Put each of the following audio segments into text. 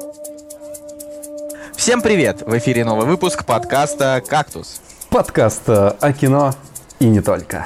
Всем привет! В эфире новый выпуск подкаста «Кактус». Подкаст о кино и не только.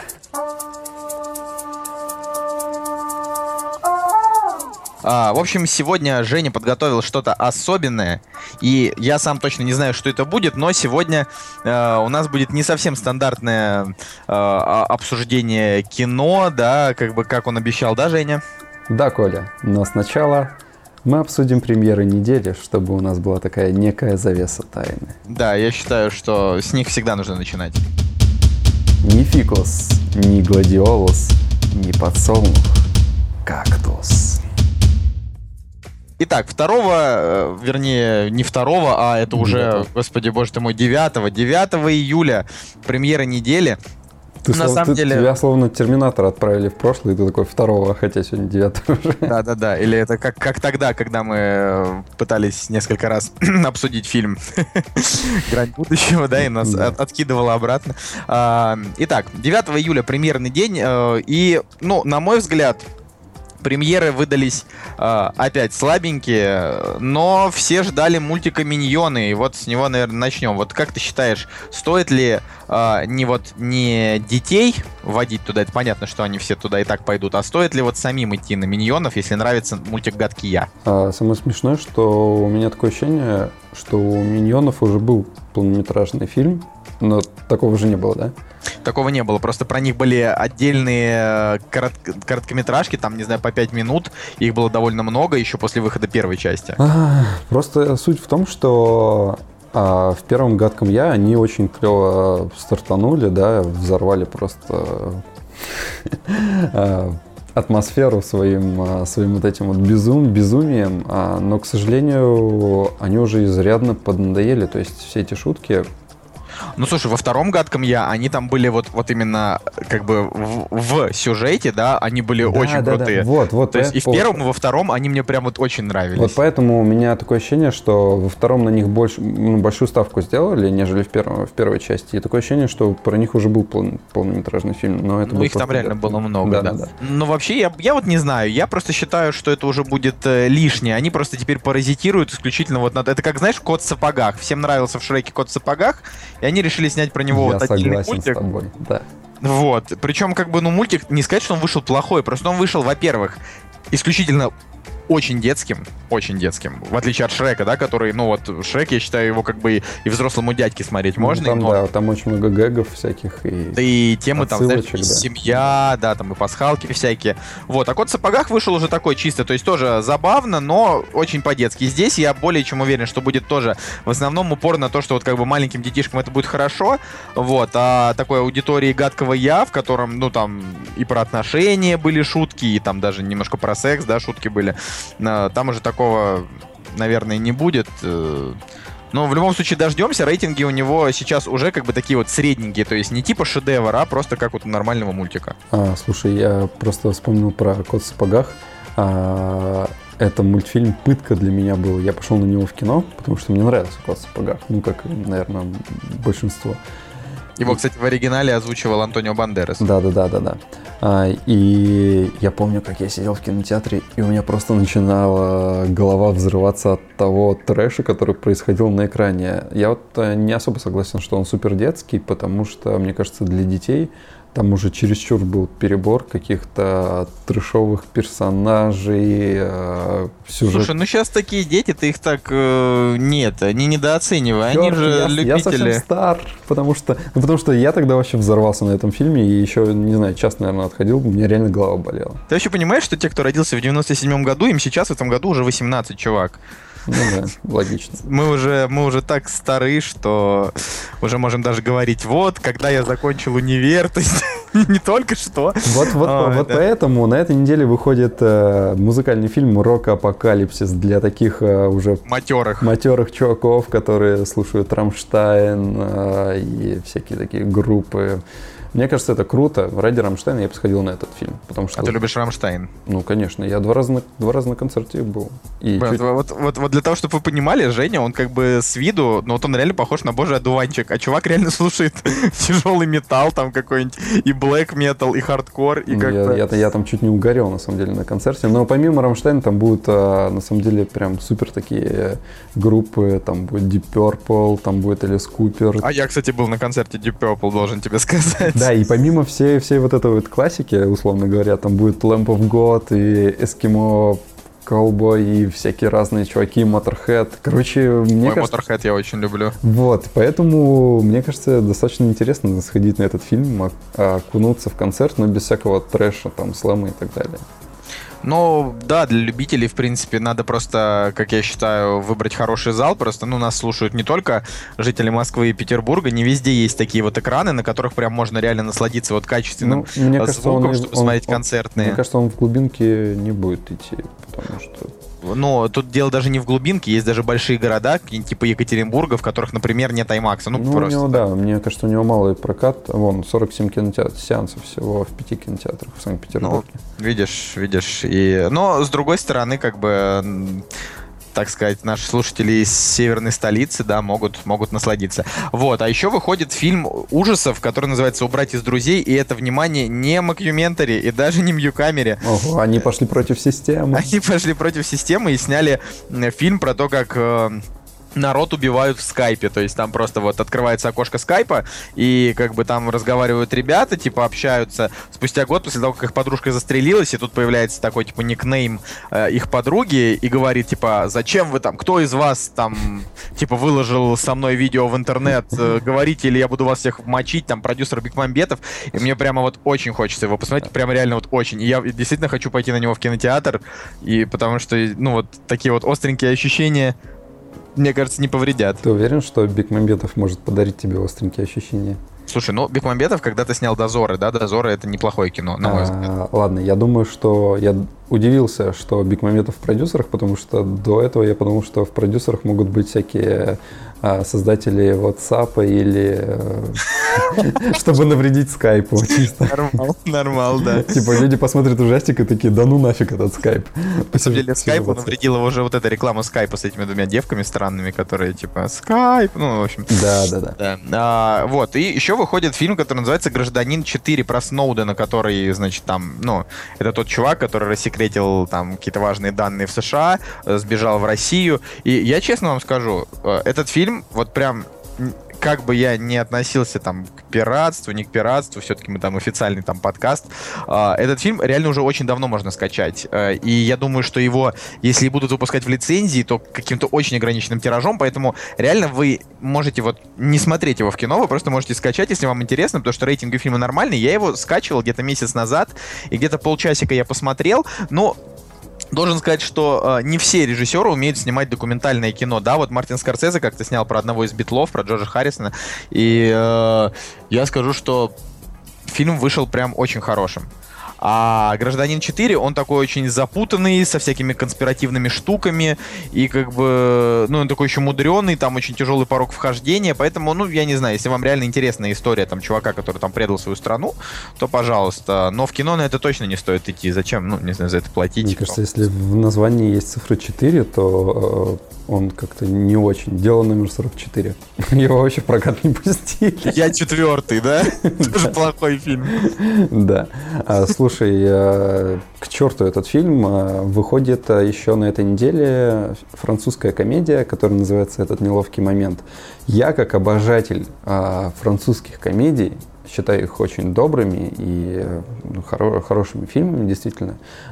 В общем, сегодня Женя подготовил что-то особенное, и я сам точно не знаю, что это будет, но сегодня у нас будет не совсем стандартное обсуждение кино, да, как он обещал, да, Женя? Да, Коля, но сначала мы обсудим премьеры недели, чтобы у нас была такая некая завеса тайны. Да, я считаю, что с них всегда нужно начинать. Ни фикус, ни гладиолус, ни подсолнух, кактус. Итак, не второго, а это уже, господи боже ты мой, 9 июля, премьера недели. Тебя словно Терминатор отправили в прошлое, и ты такой 2, хотя сегодня 9 уже. Да. Или это как тогда, когда мы пытались несколько раз обсудить фильм «Грань будущего», да, и нас откидывало обратно. Итак, 9 июля премьерный день, и, на мой взгляд, премьеры выдались опять слабенькие, но все ждали мультика «Миньоны», и вот с него, наверное, начнем. Вот как ты считаешь, стоит ли не детей водить туда, это понятно, что они все туда и так пойдут, а стоит ли вот самим идти на «Миньонов», если нравится мультик «Гадкий я»? Самое смешное, что у меня такое ощущение, что у «Миньонов» уже был полнометражный фильм, но такого же не было, да? Такого не было, просто про них были отдельные короткометражки, там, не знаю, по 5 минут, их было довольно много еще после выхода первой части. Просто суть в том, что в первом «Гадком я» они очень клево стартанули, да, взорвали просто атмосферу своим вот этим вот безумием, но, к сожалению, они уже изрядно поднадоели, то есть все эти шутки. Ну, слушай, во втором «Гадком я» они там были вот именно как бы в сюжете, да, они были очень крутые. Вот. То есть и в первом, и во втором они мне прям вот очень нравились. Вот поэтому у меня такое ощущение, что во втором на них большую ставку сделали, нежели в первой части. И такое ощущение, что про них уже был полнометражный фильм. Но это их там реально было много, да. Но вообще, я вот не знаю, я просто считаю, что это уже будет лишнее. Они просто теперь паразитируют исключительно вот над... Это как, знаешь, «Кот в сапогах». Всем нравился в Шреке «Кот в сапогах», и они решили снять про него вот отдельный мультик. Я согласен с тобой, да. Вот. Причем, мультик, не сказать, что он вышел плохой, просто он вышел, во-первых, исключительно очень детским, в отличие от Шрека, да, который, Шрек, я считаю, его и взрослому дядьке смотреть можно. Там, да, там очень много гэгов всяких. Да и темы там, знаешь, да. Семья, да, там и пасхалки всякие. Вот, а «Кот в сапогах» вышел уже такой чисто, то есть тоже забавно, но очень по-детски. Здесь я более чем уверен, что будет тоже в основном упор на то, что маленьким детишкам это будет хорошо, вот, а такой аудитории «Гадкого я», в котором, там и про отношения были шутки, и там даже немножко про секс, да, шутки были. Там уже такого, наверное, не будет. Но в любом случае дождемся. Рейтинги у него сейчас уже такие вот средненькие. То есть не типа шедевр, а просто как у нормального мультика. Слушай, я просто вспомнил про «Кот в сапогах». Это мультфильм «Пытка» для меня был. Я пошел на него в кино, потому что мне нравился «Кот в сапогах». Как, наверное, большинство. Его, кстати, в оригинале озвучивал Антонио Бандерас. Да. И я помню, как я сидел в кинотеатре, и у меня просто начинала голова взрываться от того трэша, который происходил на экране. Я не особо согласен, что он супер детский, потому что, мне кажется, для детей там уже чересчур был перебор каких-то трэшовых персонажей, сюжет. Слушай, сейчас такие дети, ты их так... Нет, они недооценивай, они же любители. Я совсем стар, потому что я тогда вообще взорвался на этом фильме, и еще, не знаю, час, наверное, отходил, у меня реально голова болела. Ты вообще понимаешь, что те, кто родился в 97-м году, им сейчас в этом году уже 18, чувак? Ну да, логично. Мы уже так стары, что уже можем даже говорить, когда я закончил универ, то есть не только что. Вот поэтому на этой неделе выходит музыкальный фильм «Рок-апокалипсис» для таких уже матерых чуваков, которые слушают «Рамштайн» и всякие такие группы Мне кажется, это круто. Ради Рамштайна я бы сходил на этот фильм. Потому что... А ты любишь Рамштайн? Ну, конечно. Я два раза на концерте был. И вот для того, чтобы вы понимали, Женя, он как бы с виду, но вот он реально похож на божий одуванчик. А чувак реально слушает тяжелый металл там какой-нибудь, и блэк метал, и хардкор, и как-то... Я там чуть не угорел, на самом деле, на концерте. Но помимо Рамштайна там будут, на самом деле, прям супер такие группы. Там будет Deep Purple, там будет Элис Купер. А я, кстати, был на концерте Deep Purple, должен тебе сказать. Да, и помимо всей вот этой вот классики, условно говоря, там будет Lamb of God и Эскимо Cowboy и всякие разные чуваки, Motorhead. Короче, мне кажется... Motorhead я очень люблю. Вот, поэтому, мне кажется, достаточно интересно сходить на этот фильм, окунуться в концерт, но без всякого трэша, там, слэма и так далее. Ну, да, для любителей, в принципе, надо просто, как я считаю, выбрать хороший зал. Просто, нас слушают не только жители Москвы и Петербурга, не везде есть такие вот экраны, на которых прям можно реально насладиться вот качественным звуком, чтобы смотреть концертные. Мне кажется, он в глубинке не будет идти, потому что... Но тут дело даже не в глубинке, есть даже большие города, типа Екатеринбурга, в которых, например, нет IMAX. Просто. У него, да, мне кажется, у него малый прокат. Вон, 47 сеансов всего в 5 кинотеатрах в Санкт-Петербурге. Видишь. Но, с другой стороны, как бы... так сказать, наши слушатели из северной столицы, да, могут насладиться. Вот, а еще выходит фильм ужасов, который называется «Убрать из друзей», и это, внимание, не мокюментари и даже не мьюкамери. Ого, они пошли против системы. Они пошли против системы и сняли фильм про то, как... народ убивают в скайпе, то есть там просто вот открывается окошко скайпа, и как бы там разговаривают ребята, типа общаются спустя год после того, как их подружка застрелилась, и тут появляется такой типа никнейм их подруги и говорит типа: зачем вы там, кто из вас там типа выложил со мной видео в интернет, говорите, или я буду вас всех мочить, там продюсер Бекмамбетов, и мне прямо вот очень хочется его посмотреть, прямо реально вот очень, и я действительно хочу пойти на него в кинотеатр, и потому что, вот такие вот остренькие ощущения, мне кажется, не повредят. Ты уверен, что Бекмамбетов может подарить тебе остренькие ощущения? Слушай, Бекмамбетов когда-то снял «Дозоры», да? «Дозоры» — это неплохое кино, на мой взгляд. Ладно, я думаю, что я удивился, что Бекмамбетов в продюсерах, потому что до этого я подумал, что в продюсерах могут быть всякие создатели WhatsApp или чтобы навредить скайпу чисто. Нормал, да. Типа люди посмотрят ужастик и такие: да ну нафиг этот скайп. На самом деле скайпу навредила уже вот эта реклама скайпа с этими двумя девками странными, которые типа скайп, в общем. Да. Вот, и еще выходит фильм, который называется «Гражданин 4», про Сноудена, который, значит, там, это тот чувак, который рассекретил там какие-то важные данные в США, сбежал в Россию. И я честно вам скажу, этот фильм, вот прям, как бы я не относился там к пиратству, не к пиратству, все-таки мы там официальный там подкаст, этот фильм реально уже очень давно можно скачать. И я думаю, что его, если будут выпускать в лицензии, то каким-то очень ограниченным тиражом, поэтому реально вы можете вот не смотреть его в кино, вы просто можете скачать, если вам интересно, потому что рейтинг у фильма нормальный. Я его скачивал где-то месяц назад, и где-то полчасика я посмотрел, но должен сказать, что не все режиссеры умеют снимать документальное кино. Да, вот Мартин Скорсезе как-то снял про одного из Битлов, про Джорджа Харрисона. И я скажу, что фильм вышел прям очень хорошим. А «Гражданин 4», он такой очень запутанный, со всякими конспиративными штуками, и как бы, он такой еще мудреный, там очень тяжелый порог вхождения, поэтому, я не знаю, если вам реально интересна история там чувака, который там предал свою страну, то пожалуйста, но в кино на это точно не стоит идти, зачем, не знаю, за это платить. Мне кажется, если в названии есть цифра 4, то он как-то не очень. Дело номер 44. Его вообще в прокат не пустили. Я 4-й, да? Тоже плохой фильм. Да. Слушай, к черту этот фильм. Выходит еще на этой неделе французская комедия, которая называется «Этот неловкий момент». Я, как обожатель французских комедий, считаю их очень добрыми и хорошими фильмами, действительно.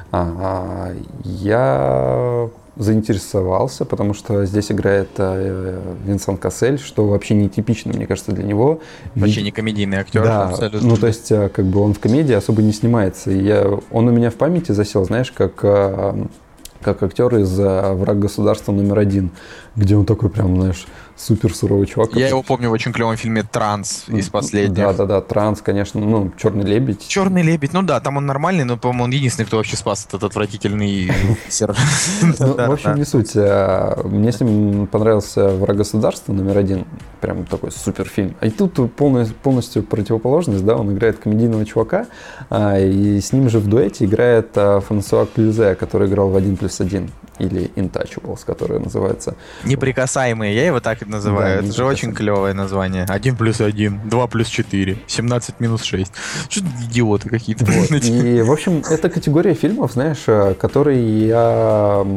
Я заинтересовался, потому что здесь играет Винсан Кассель, что вообще нетипично, мне кажется, для него. Вообще не комедийный актер. Да, абсолютно. То есть, как бы он в комедии особо не снимается. И он у меня в памяти засел, знаешь, как актер из «Враг государства номер 1», где он такой прям, знаешь, супер суровый чувак. Я его помню в очень клевом фильме «Транс» из последних. Да-да-да, «Транс», конечно, ну, «Черный лебедь». «Черный лебедь», ну да, там он нормальный, но, по-моему, он единственный, кто вообще спас этот отвратительный сер. В общем, не суть. Мне с ним понравился «Враг государства» №1, прям такой суперфильм. А и тут полностью противоположность, да, он играет комедийного чувака, и с ним же в дуэте играет Франсуа Клюзе, который играл в «1+1», или Intouchables, который называется. «Неприкасаемые», я его так и называю. Да, это же очень клевое название. 1+1, 2+4, 17-6. Что идиоты какие-то. Вот. И, в общем, это категория фильмов, знаешь, которые я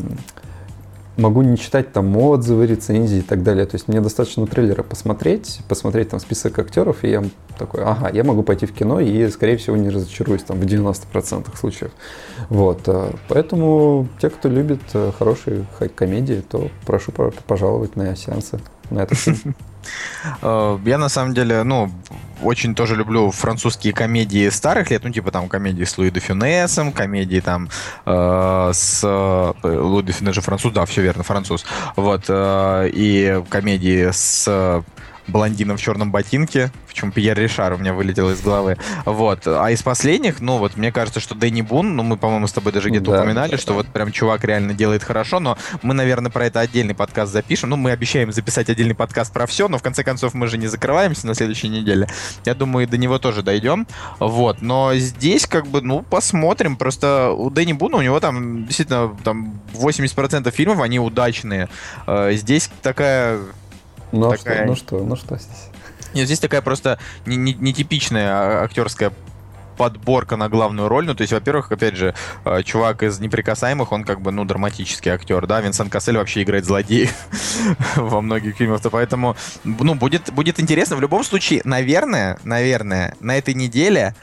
могу не читать там отзывы, рецензии и так далее. То есть мне достаточно трейлера посмотреть там список актеров, и я такой, ага, я могу пойти в кино и, скорее всего, не разочаруюсь там в 90% случаев. Вот. Поэтому те, кто любит хорошие комедии, то прошу пожаловать на сеансы на этот фильм. Я, на самом деле, очень тоже люблю французские комедии старых лет, типа там комедии с Луи де Фюнесом, комедии там с... Луи де Фюнес же француз, да, все верно, француз. Вот, и комедии с блондином в черном ботинке, причем Пьер Ришар у меня вылетел из головы. Вот. А из последних, мне кажется, что Дэнни Бун, мы, по-моему, с тобой даже где-то упоминали, что вот прям чувак реально делает хорошо, но мы, наверное, про это отдельный подкаст запишем. Мы обещаем записать отдельный подкаст про все, но в конце концов мы же не закрываемся на следующей неделе. Я думаю, до него тоже дойдем. Вот. Но здесь посмотрим. Просто у Дэнни Буна, у него там действительно там 80% фильмов, они удачные. Здесь такая... Ну что здесь? Нет, здесь такая просто нетипичная актерская подборка на главную роль. То есть, во-первых, опять же, чувак из «Неприкасаемых», он драматический актер, да, Винсан Кассель вообще играет злодеев во многих фильмах, то поэтому, будет интересно. В любом случае, наверное, на этой неделе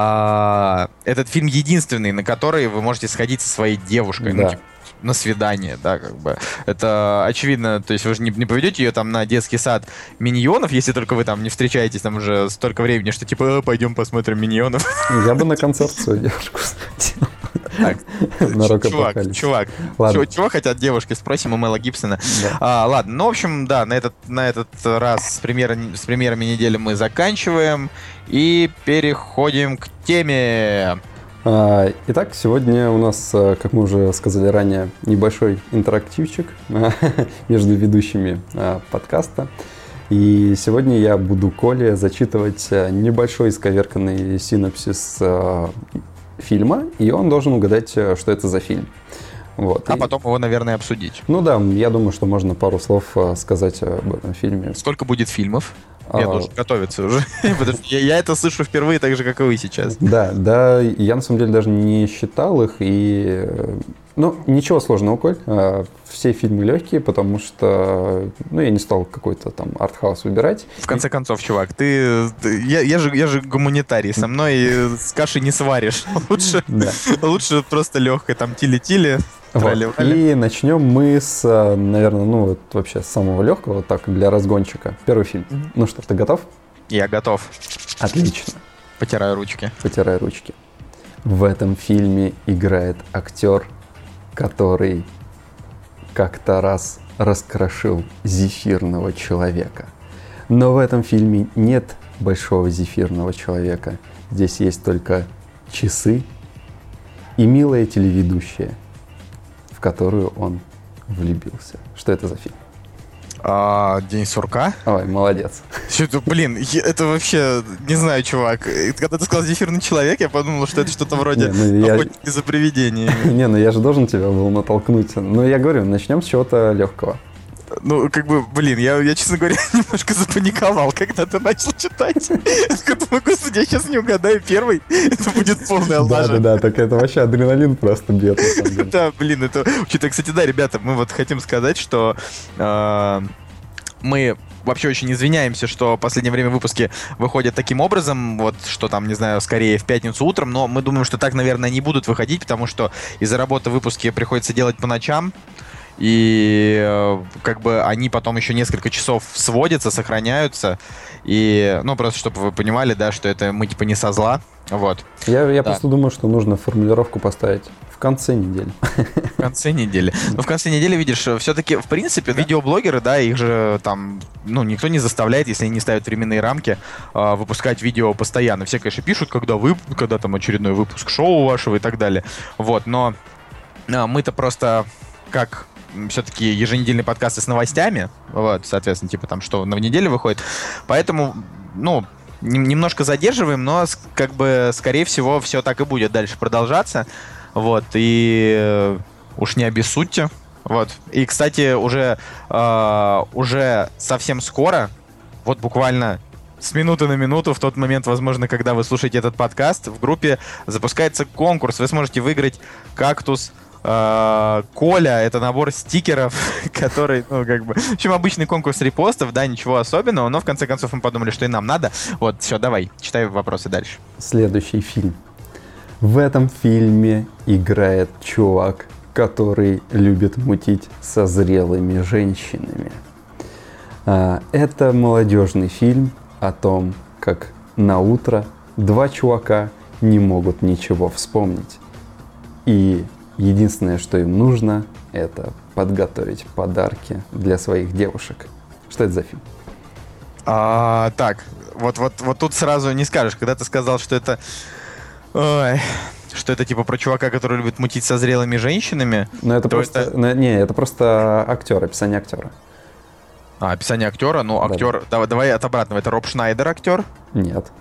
этот фильм единственный, на который вы можете сходить со своей девушкой. Да. На свидание, да, Это очевидно, то есть вы же не поведете ее там на детский сад «Миньонов», если только вы там не встречаетесь там уже столько времени, что типа пойдем посмотрим «Миньонов». Я бы на концерт свою девушку сходил. На рок-апокалипсис. Чувак, чего хотят девушки? Спросим у Мэла Гибсона. Ладно, в общем, да, на этот раз с премьерами недели мы заканчиваем и переходим к теме. Итак, сегодня у нас, как мы уже сказали ранее, небольшой интерактивчик между ведущими подкаста. И сегодня я буду Коле зачитывать небольшой исковерканный синопсис фильма, и он должен угадать, что это за фильм. Вот. Потом его, наверное, обсудить. Я думаю, что можно пару слов сказать об этом фильме. Сколько будет фильмов? Я должен готовиться уже, потому что я это слышу впервые, так же, как и вы сейчас. Да, я на самом деле даже не считал их, и... ничего сложного, Коль. Все фильмы легкие, потому что, я не стал какой-то там артхаус выбирать. В конце концов, чувак, я же гуманитарий, со мной с кашей не сваришь. Лучше просто легкое, там, тили-тили. Вот. И начнем мы с, наверное, вообще с самого легкого, так, для разгончика. Первый фильм. Ну что, ты готов? Я готов. Отлично. Потираю ручки. В этом фильме играет актер, который как-то раз раскрошил зефирного человека. Но в этом фильме нет большого зефирного человека. Здесь есть только часы и милая телеведущая, в которую он влюбился. Что это за фильм? День сурка? Ой, молодец. Это вообще, не знаю, чувак. Когда ты сказал «зефирный человек», я подумал, что это что-то вроде «Охотники за привидениями». Я же должен тебя был натолкнуть. Я говорю, начнем с чего-то легкого. Я, честно говоря, немножко запаниковал, когда ты начал читать. Я думаю, господи, я сейчас не угадаю первый, это будет полная лажа. Да, так это вообще адреналин просто бьет, на самом деле. Да, это... Кстати, да, ребята, мы хотим сказать, что мы вообще очень извиняемся, что в последнее время выпуски выходят таким образом, что там, не знаю, скорее в пятницу утром, но мы думаем, что так, наверное, не будут выходить, потому что из-за работы выпуски приходится делать по ночам. и как бы они потом еще несколько часов сводятся, сохраняются, и, ну, просто чтобы вы понимали, да, что это мы типа не со зла, вот. Я просто думаю, что нужно формулировку поставить в конце недели. В конце недели. Ну, в конце недели, видишь, все-таки, в принципе, видеоблогеры, да, их же там, ну, никто не заставляет, если они не ставят временные рамки, выпускать видео постоянно. Все, конечно, пишут, когда там очередной выпуск шоу вашего и так далее. Вот, но мы-то просто как все-таки еженедельные подкасты с новостями, вот, соответственно, типа там, что на неделю выходит, поэтому, ну, немножко задерживаем, но как бы, скорее всего, все так и будет дальше продолжаться, вот, и уж не обессудьте, вот, и, кстати, уже совсем скоро, вот буквально с минуты на минуту, в тот момент, возможно, когда вы слушаете этот подкаст, в группе запускается конкурс, вы сможете выиграть кактус Коля, это набор стикеров, который, ну, как бы... В общем, обычный конкурс репостов, да, ничего особенного, но в конце концов мы подумали, что и нам надо. Вот, все, давай, читай вопросы дальше. Следующий фильм. В этом фильме играет чувак, который любит мутить со зрелыми женщинами. Это молодежный фильм о том, как на утро два чувака не могут ничего вспомнить. И единственное, что им нужно, это подготовить подарки для своих девушек. Что это за фильм? Так, вот тут сразу не скажешь, когда ты сказал, что это... Ой, что это типа про чувака, который любит мутить со зрелыми женщинами. Ну, это просто... Не, это просто актер, описание актера. Описание актера? Ну, актер... Да. Давай от обратного. Это Роб Шнайдер актер? Нет.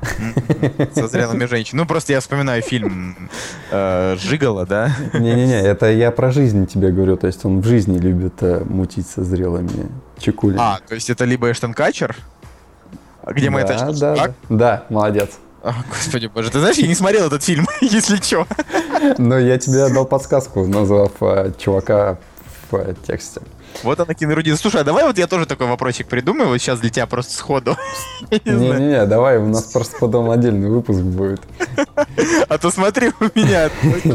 Со зрелыми женщинами. Ну, просто я вспоминаю фильм «Жигало», да? Не-не-не, это я про жизнь тебе говорю. То есть он в жизни любит мутить со зрелыми чекулями. То есть это либо Эштон Катчер, где мы это... Да, молодец. Господи боже, ты знаешь, я не смотрел этот фильм, если чё. Но я тебе дал подсказку, назвав чувака в тексте. Вот она, кинорудина. Слушай, а давай вот я тоже такой вопросик придумаю, вот сейчас для тебя просто сходу. Не-не-не, давай, у нас просто потом отдельный выпуск будет. А то смотри у меня.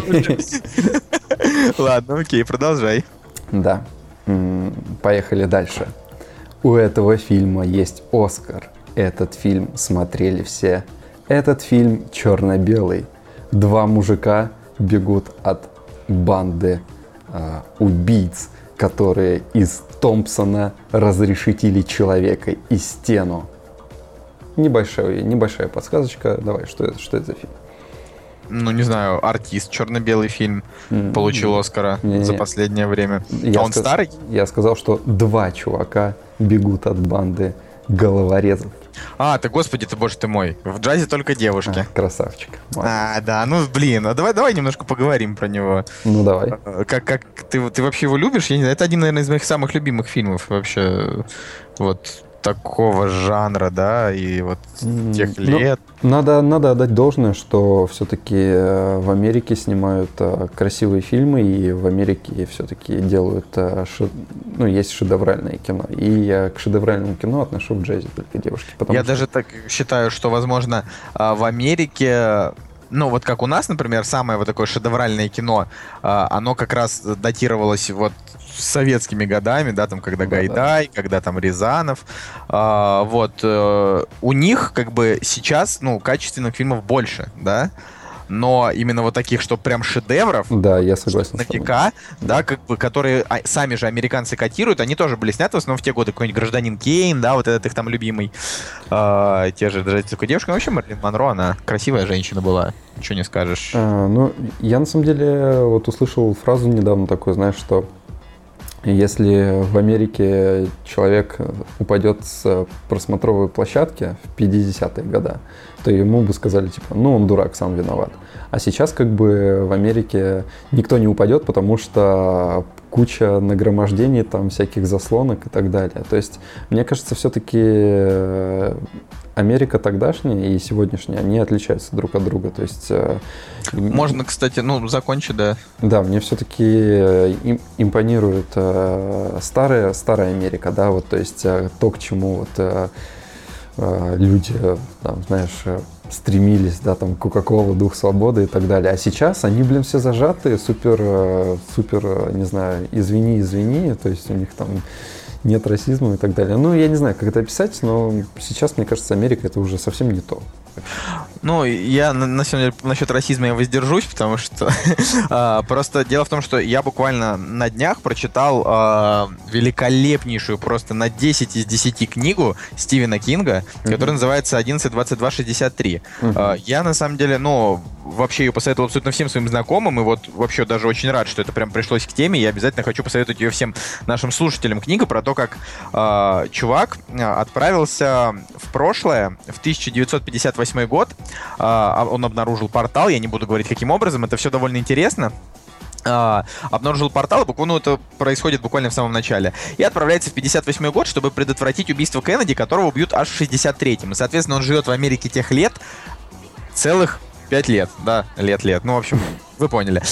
Ладно, окей, продолжай. Да, поехали дальше. У этого фильма есть Оскар. Этот фильм смотрели все. Этот фильм черно-белый. Два мужика бегут от банды убийц, которые из Томпсона разрешетили человека и стену. Небольшая подсказочка. Давай, что это за фильм? Ну, не знаю, артист, черно-белый фильм получил Оскара за последнее время. Он старый? Я сказал, что два чувака бегут от банды головорезов. Ты, господи ты, боже ты мой. В джазе только девушки. Красавчик. Да, ну, блин, давай немножко поговорим про него. Ну, давай. Как ты вообще его любишь? Я не знаю, это один, наверное, из моих самых любимых фильмов вообще. Вот такого жанра, да, и вот тех лет. Надо отдать должное, что все-таки в Америке снимают красивые фильмы, и в Америке все-таки делают, есть шедевральное кино. И я к шедевральному кино отношу в джазе только девушки. Я даже так считаю, что, возможно, в Америке... Ну, вот как у нас, например, самое вот такое шедевральное кино, оно как раз датировалось вот советскими годами, да, там, когда Гайдай, когда там Рязанов. У них как бы сейчас, качественных фильмов больше, да, но именно вот таких, что прям шедевров, да, я согласен, на века, да, как бы, которые сами же американцы котируют, они тоже были сняты в основном в те годы, какой-нибудь «Гражданин Кейн», да, вот этот их там любимый, те же даже такой девушка, вообще Марлин Монро, она красивая женщина была, ничего не скажешь. Я на самом деле вот услышал фразу недавно такую, знаешь, что если в Америке человек упадет с просмотровой площадки в 50-е годы, то ему бы сказали, типа, он дурак, сам виноват. А сейчас как бы в Америке никто не упадет, потому что куча нагромождений, там всяких заслонок и так далее. То есть, мне кажется, все-таки Америка тогдашняя и сегодняшняя, они отличаются друг от друга. То есть... Можно, кстати, закончить, да. Да, мне все-таки импонирует старая Америка, да, вот, то есть то, к чему вот люди, там, знаешь, стремились, да, там, Кока-Кола, дух свободы и так далее. А сейчас они, блин, все зажатые, супер, не знаю, извини, то есть у них там нет расизма и так далее. Ну, я не знаю, как это описать, но сейчас, мне кажется, Америка — это уже совсем не то. Ну, я, на самом деле, насчет расизма я воздержусь, потому что просто дело в том, что я буквально на днях прочитал великолепнейшую просто на 10 из 10 книгу Стивена Кинга, которая называется «11-22-63». Я, на самом деле, вообще ее посоветовал абсолютно всем своим знакомым, и вот вообще даже очень рад, что это прям пришлось к теме. Я обязательно хочу посоветовать ее всем нашим слушателям. Книга про то, как чувак отправился в прошлое, в 1958 год. Он обнаружил портал, я не буду говорить, каким образом, это все довольно интересно. Обнаружил портал, это происходит буквально в самом начале, и отправляется в 58 год, чтобы предотвратить убийство Кеннеди, которого убьют аж в 63-м. И, соответственно, он живет в Америке тех лет целых 5 лет, да, лет. В общем, вы поняли.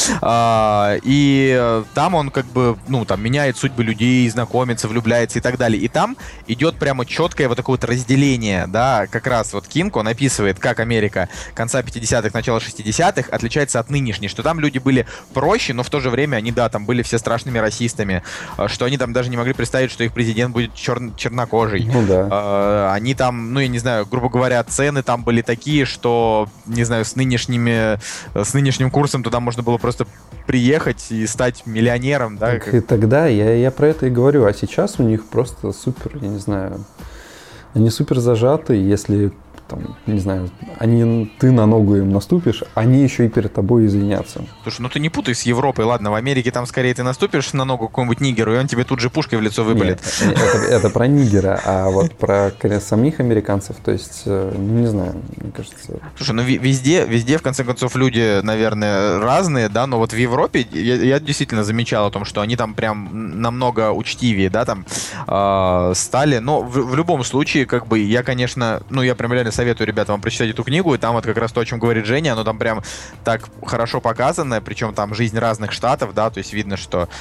И там он там меняет судьбы людей, знакомится, влюбляется и так далее. И там идет прямо четкое вот такое вот разделение, да, как раз вот Кинг, он описывает, как Америка конца 50-х, начала 60-х отличается от нынешней, что там люди были проще, но в то же время они, да, там были все страшными расистами, что они там даже не могли представить, что их президент будет чернокожий. Ну да. Они там, я не знаю, грубо говоря, цены там были такие, что, не знаю, с нынешним курсом туда можно было просто приехать и стать миллионером, да? И тогда я про это и говорю, а сейчас у них просто супер, я не знаю, они супер зажаты, если там, не знаю, ты на ногу им наступишь, они еще и перед тобой извинятся. Слушай, ты не путай с Европой, ладно, в Америке там скорее ты наступишь на ногу какому-нибудь нигеру, и он тебе тут же пушкой в лицо выпалит. Нет, это про нигера, а вот про самих американцев, то есть, не знаю, мне кажется... Слушай, везде, в конце концов, люди, наверное, разные, да, но вот в Европе я действительно замечал о том, что они там прям намного учтивее, да, там стали, но в любом случае, я, конечно, я прям реально советую ребятам вам прочитать эту книгу, и там вот как раз то, о чем говорит Женя, оно там прям так хорошо показано, причем там жизнь разных штатов, да, то есть видно, что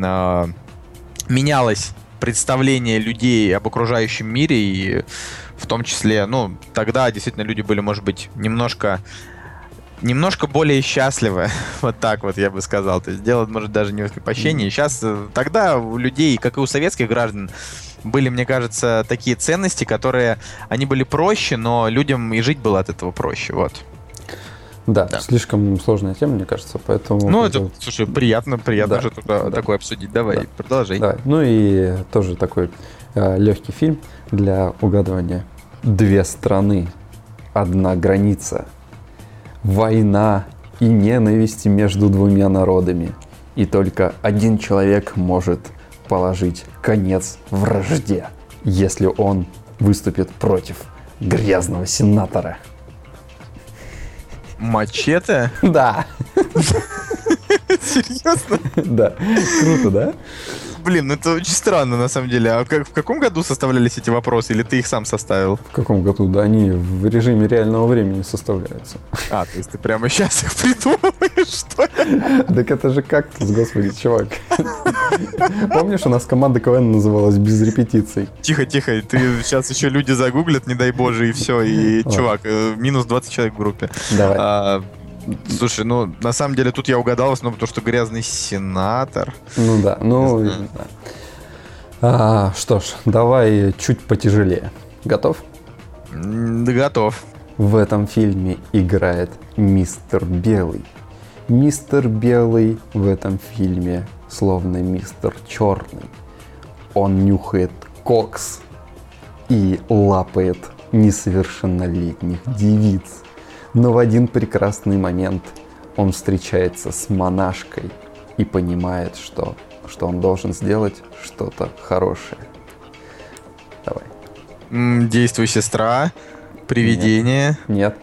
менялось представление людей об окружающем мире, и в том числе, тогда действительно люди были, может быть, немножко более счастливы, вот так вот я бы сказал, то есть дело, может, даже не в крепощении. Сейчас, тогда у людей, как и у советских граждан, были, мне кажется, такие ценности, которые, они были проще, но людям и жить было от этого проще, вот. Да, слишком сложная тема, мне кажется, поэтому... это, слушай, приятно да, же такое обсудить, давай, продолжай. Да. И тоже такой легкий фильм для угадывания. Две страны, одна граница, война и ненависть между двумя народами, и только один человек может положить конец вражде, если он выступит против грязного сенатора. Мачете? Да. Серьезно? Да. Круто, да? Блин, это очень странно, на самом деле. А в каком году составлялись эти вопросы, или ты их сам составил? В каком году? Да, они в режиме реального времени составляются. То есть ты прямо сейчас их придумываешь, что ли? Так это же кактус, господи, чувак. Помнишь, у нас команда КВН называлась «Без репетиций»? Тихо, ты сейчас еще люди загуглят, не дай боже, и все, и, чувак, минус 20 человек в группе. Давай. Слушай, на самом деле тут я угадал, потому что грязный сенатор. Что ж, давай чуть потяжелее. Готов? Да, готов. В этом фильме играет мистер Белый. Мистер Белый в этом фильме словно мистер Черный. Он нюхает кокс и лапает несовершеннолетних девиц. Но в один прекрасный момент он встречается с монашкой и понимает, что он должен сделать что-то хорошее. Давай. Действуй, сестра. Привидение. Нет.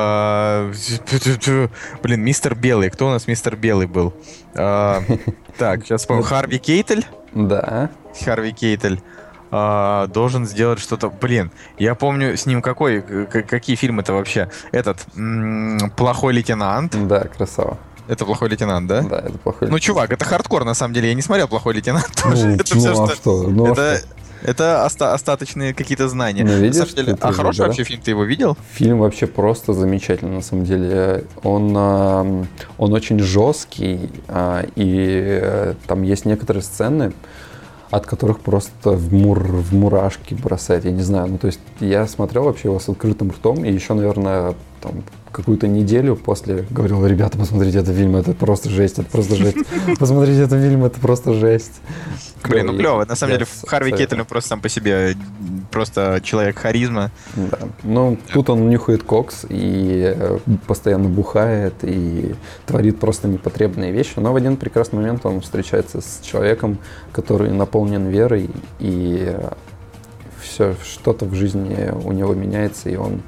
Блин, мистер Белый. Кто у нас мистер Белый был? Так, сейчас вспомню. Харви Кейтель? Да. Харви Кейтель. Должен сделать что-то... Блин, я помню с ним какие фильмы-то вообще? «Плохой лейтенант». Да, красава. Это «Плохой лейтенант», да? Да, это «Плохой лейтенант». Чувак, это хардкор, на самом деле. Я не смотрел «Плохой лейтенант». Это остаточные какие-то знания. Ну, видишь, на самом деле, хороший вообще фильм, ты его видел? Фильм вообще просто замечательный, на самом деле. Он очень жесткий, и там есть некоторые сцены, от которых просто в мурашки бросает, я не знаю. Ну, то есть я смотрел вообще его с открытым ртом, и еще, наверное, там, какую-то неделю после говорил: ребята, посмотрите этот фильм, это просто жесть, это просто жесть. Посмотрите этот фильм, это просто жесть. Блин, ну клево. На самом деле, Харви Кейтель просто сам по себе просто человек харизма. Да. Ну, тут он нюхает кокс и постоянно бухает и творит просто непотребные вещи. Но в один прекрасный момент он встречается с человеком, который наполнен верой, и все, что-то в жизни у него меняется, и он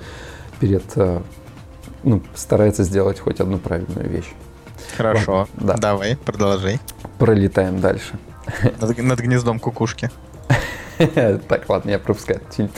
старается сделать хоть одну правильную вещь. Хорошо. Ладно, да. Давай, продолжай. Пролетаем дальше. Над гнездом кукушки. Так, ладно, я пропускаю этот фильм.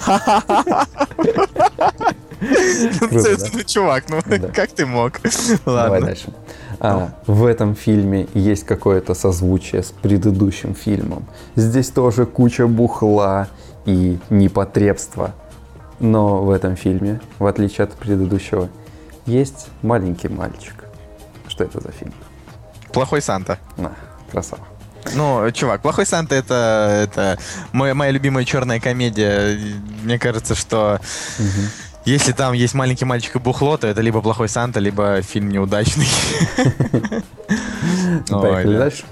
Ну, чувак, ну как ты мог? Давай Ладно. дальше. В этом фильме есть какое-то созвучие с предыдущим фильмом. Здесь тоже куча бухла и непотребства. Но в этом фильме, в отличие от предыдущего, есть маленький мальчик. Что это за фильм? Плохой Санта. Красава. Ну, чувак, «Плохой Санта» — это моя любимая черная комедия. Мне кажется, что если там есть маленький мальчик и бухло, то это либо «Плохой Санта», либо фильм неудачный. Поехали дальше.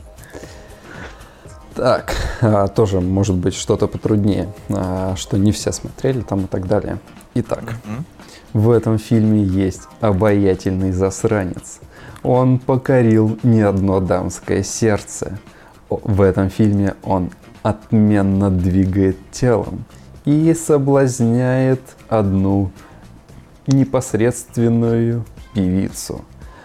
Так, тоже может быть что-то потруднее, что не все смотрели там и так далее. Итак, в этом фильме есть обаятельный засранец. Он покорил не одно дамское сердце. В этом фильме он отменно двигает телом и соблазняет одну непосредственную певицу.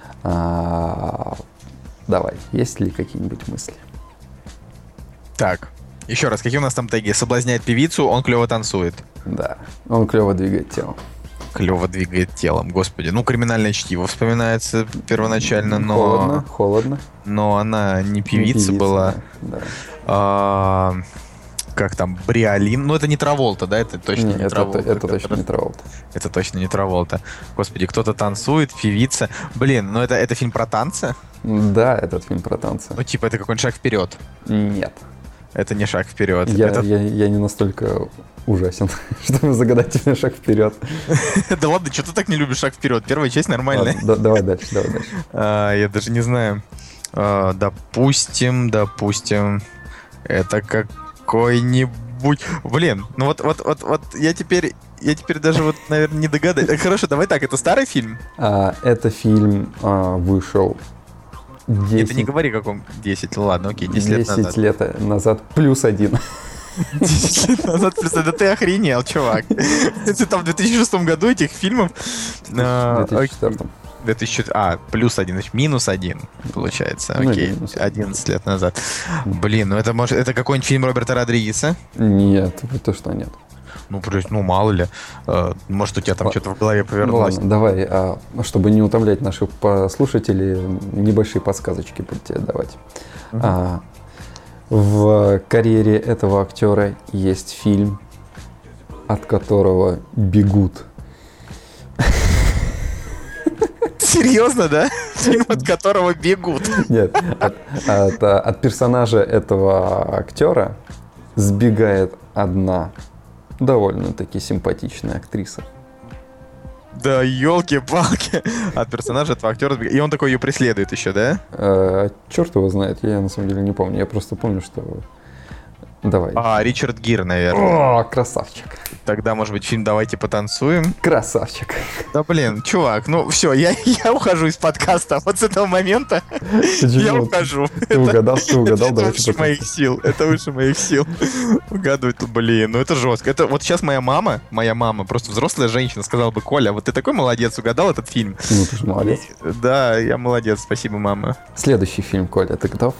Давай, есть ли какие-нибудь мысли? Так, еще раз, какие у нас там теги? Соблазняет певицу, он клево танцует. Да, он клево двигает телом. Клево двигает телом, господи. Ну, «Криминальное чтиво» вспоминается первоначально, но... Холодно. Но она не певица была. Да. Как там, Бриолин? Ну, это не Траволта, да? Это точно не Траволта. Это точно не Траволта. Это точно не Траволта. Господи, кто-то танцует, певица. Блин, ну это фильм про танцы? Да, этот фильм про танцы. Ну, типа, это какой-нибудь шаг вперед. Нет. Это не шаг вперед. Я не настолько ужасен, чтобы загадать тебе шаг вперед. Да ладно, что ты так не любишь шаг вперед? Первая часть нормальная. Давай дальше. Я даже не знаю. Допустим, это какой-нибудь... Блин, ну вот я теперь даже вот, наверное, не догадаюсь. Хорошо, давай так, это старый фильм? Это фильм вышел 10... Это не говори, каком 10, ладно, окей, 10 лет назад. 10 лет назад плюс 1. 10 лет назад плюс 1, да ты охренел, чувак. Это там в 2006 году этих фильмов... В 2004. Плюс 1, значит, минус 1, получается. Окей, 11 лет назад. Блин, ну это какой-нибудь фильм Роберта Родригеса? Нет, то что нет. Ну, мало ли. Может, у тебя там что-то в голове повернулось. Ладно, давай, чтобы не утомлять наших слушателей, небольшие подсказочки буду тебе давать. В карьере этого актера есть фильм, от которого бегут. Серьезно, да? Фильм, от которого бегут. Нет, от персонажа этого актера сбегает одна довольно-таки симпатичная актриса. Да, елки-палки. От персонажа этого актера сбегает. И он такой ее преследует еще, да? Черт его знает, я на самом деле не помню. Я просто помню, что... Давай. Ричард Гир, наверное. О, красавчик. Тогда, может быть, фильм «Давайте потанцуем». Красавчик. Да, блин, чувак, ну все, я ухожу из подкаста. Вот с этого момента я ухожу. Ты угадал, это выше моих сил. Это выше моих сил. Угадывать, блин, ну это жестко. Это вот сейчас моя мама, просто взрослая женщина, сказала бы: Коля, вот ты такой молодец, угадал этот фильм. Ну ты же молодец. Да, я молодец, спасибо, мама. Следующий фильм, Коля, ты готов?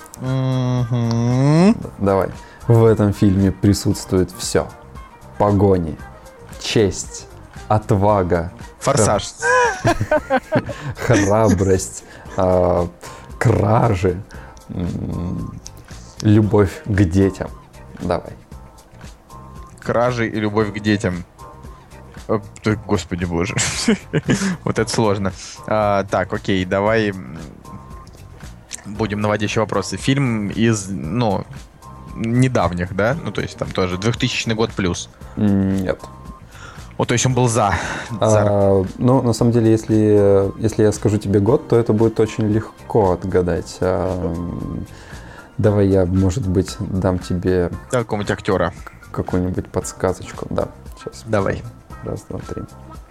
Давай. В этом фильме присутствует все. Погони, честь, отвага. Форсаж. Храбрость, кражи, любовь к детям. Давай. кражи и любовь к детям. Господи боже. Вот это сложно. Так, окей, давай будем наводящие вопросы. Фильм из, недавних, да? Ну, то есть там тоже 2000 год плюс. Нет. Вот, то есть он был за. На самом деле, если я скажу тебе год, то это будет очень легко отгадать. Давай я, может быть, дам тебе... Какого-нибудь актера. Какую-нибудь подсказочку. Да, сейчас. Давай. Раз, два, три.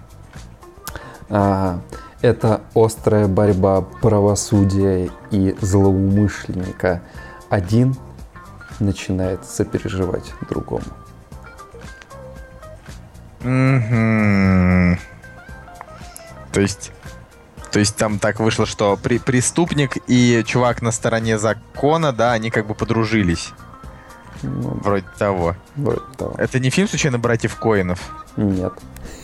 Это острая борьба правосудия и злоумышленника. Один начинает сопереживать другому. То есть там так вышло, что преступник и чувак на стороне закона, да, они как бы подружились. Вроде того. Это не фильм, случайно, «Братьев Коэнов»? Нет.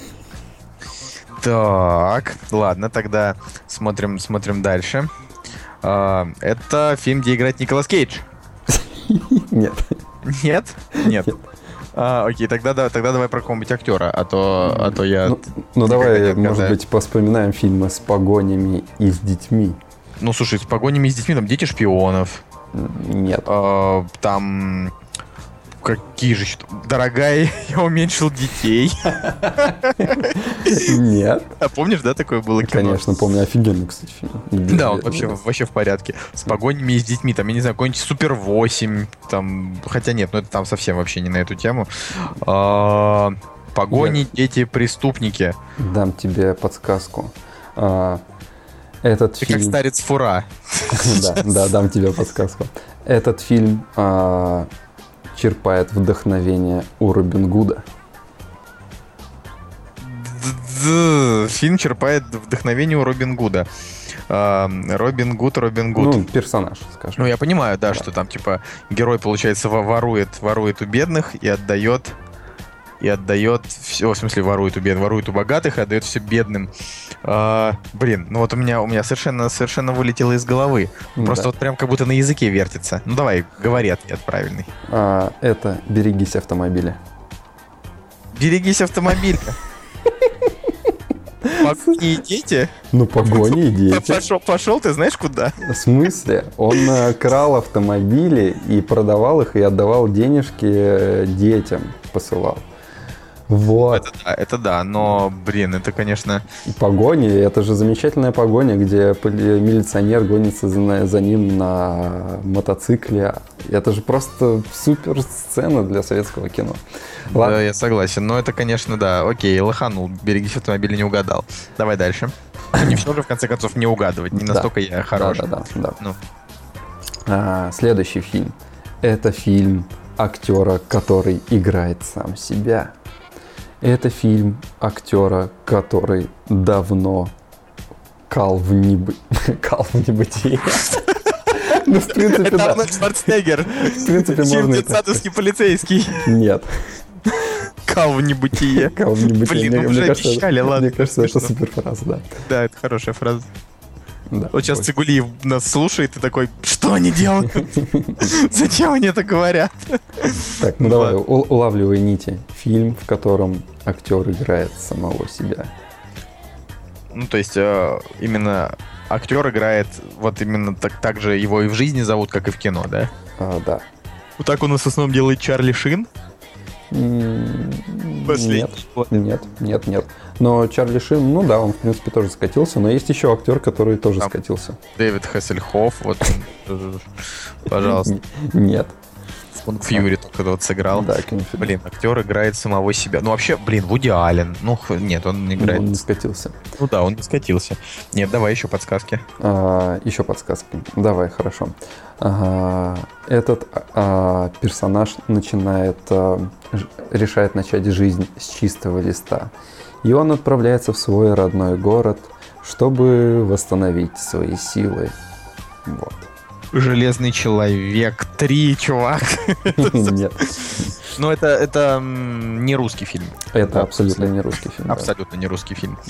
Так, ладно, тогда смотрим дальше. Это фильм, где играет Николас Кейдж? Нет. Нет? Нет. Окей, тогда давай про какого-нибудь актера, а то я... Давай, может быть, поспоминаем фильмы с погонями и с детьми. Ну, слушай, с погонями и с детьми, там «Дети шпионов». Нет. Там... Какие же еще... «Дорогая, я уменьшил детей». Нет. А помнишь, да, такое было кино? Конечно, помню. Офигенный, кстати, фильм. Да, он вообще в порядке. С погонями и с детьми. Там, я не знаю, какой-нибудь «Супер 8». Там... Хотя нет, это там совсем вообще не на эту тему. «Погони, дети, преступники». Дам тебе подсказку. Этот Ты фильм... как старец Фура. Да, дам тебе подсказку. Этот фильм черпает вдохновение у Робин Гуда. Фильм черпает вдохновение у Робин Гуда. Робин Гуд. Ну, персонаж, скажем. Ну, я понимаю, да, что там, типа, герой, получается, ворует у бедных и отдает все, в смысле, ворует у богатых и отдает все бедным. Блин, ну вот у меня совершенно вылетело из головы. Просто вот прям как будто на языке вертится. Ну давай, говори ответ правильный. Это «Берегись автомобиля». «Берегись автомобиля». Погони и дети? Ну, погони и дети. Пошел ты знаешь куда? В смысле? Он крал автомобили и продавал их, и отдавал денежки детям, посылал. Вот. Это да, но, блин, это, конечно... Погони, это же замечательная погоня, где милиционер гонится за ним на мотоцикле. Это же просто супер сцена для советского кино. Ладно. Да, я согласен, но это, конечно, да, окей, лоханул, «Берегись автомобиля» не угадал. Давай дальше. Не все же, в конце концов, не угадывать, не настолько я хорош. Да. Ну. Следующий фильм. Это фильм актера, который играет сам себя. Это фильм актера, который давно кал в небытие. Ну, в принципе, это да. Арнольд Шварценеггер. В принципе, можно... Детсадовский полицейский. Нет. Кал в небытие. Кал в небытие. Блин, уже обещали, ладно. Мне кажется, это суперфраза, да. Да, это хорошая фраза. Да, вот сейчас Цигулиев нас слушает и такой: что они делают? Зачем они это говорят? Так, ну давай, улавливай нити. Фильм, в котором актер играет самого себя. Ну, то есть, именно актер играет, вот именно так же его и в жизни зовут, как и в кино, да? Да. Вот так у нас в основном делает Чарли Шин? Нет. Но Чарли Шин, ну да, он в принципе тоже скатился, но есть еще актер, который тоже скатился. Дэвид Хассельхофф, вот, пожалуйста. Нет. Он Фьюри только вот сыграл. Да, блин, актер играет самого себя. Ну, вообще, блин, Вуди Аллен. Ну, нет, он не играет. Он не скатился. Ну да, он не скатился. Нет, давай еще подсказки. Еще подсказки. Давай, хорошо. Этот персонаж решает начать жизнь с чистого листа. И он отправляется в свой родной город, чтобы восстановить свои силы. Вот. «Железный человек 3», чувак. Нет. Ну, это не русский фильм. Это абсолютно не русский фильм. Абсолютно не русский фильм.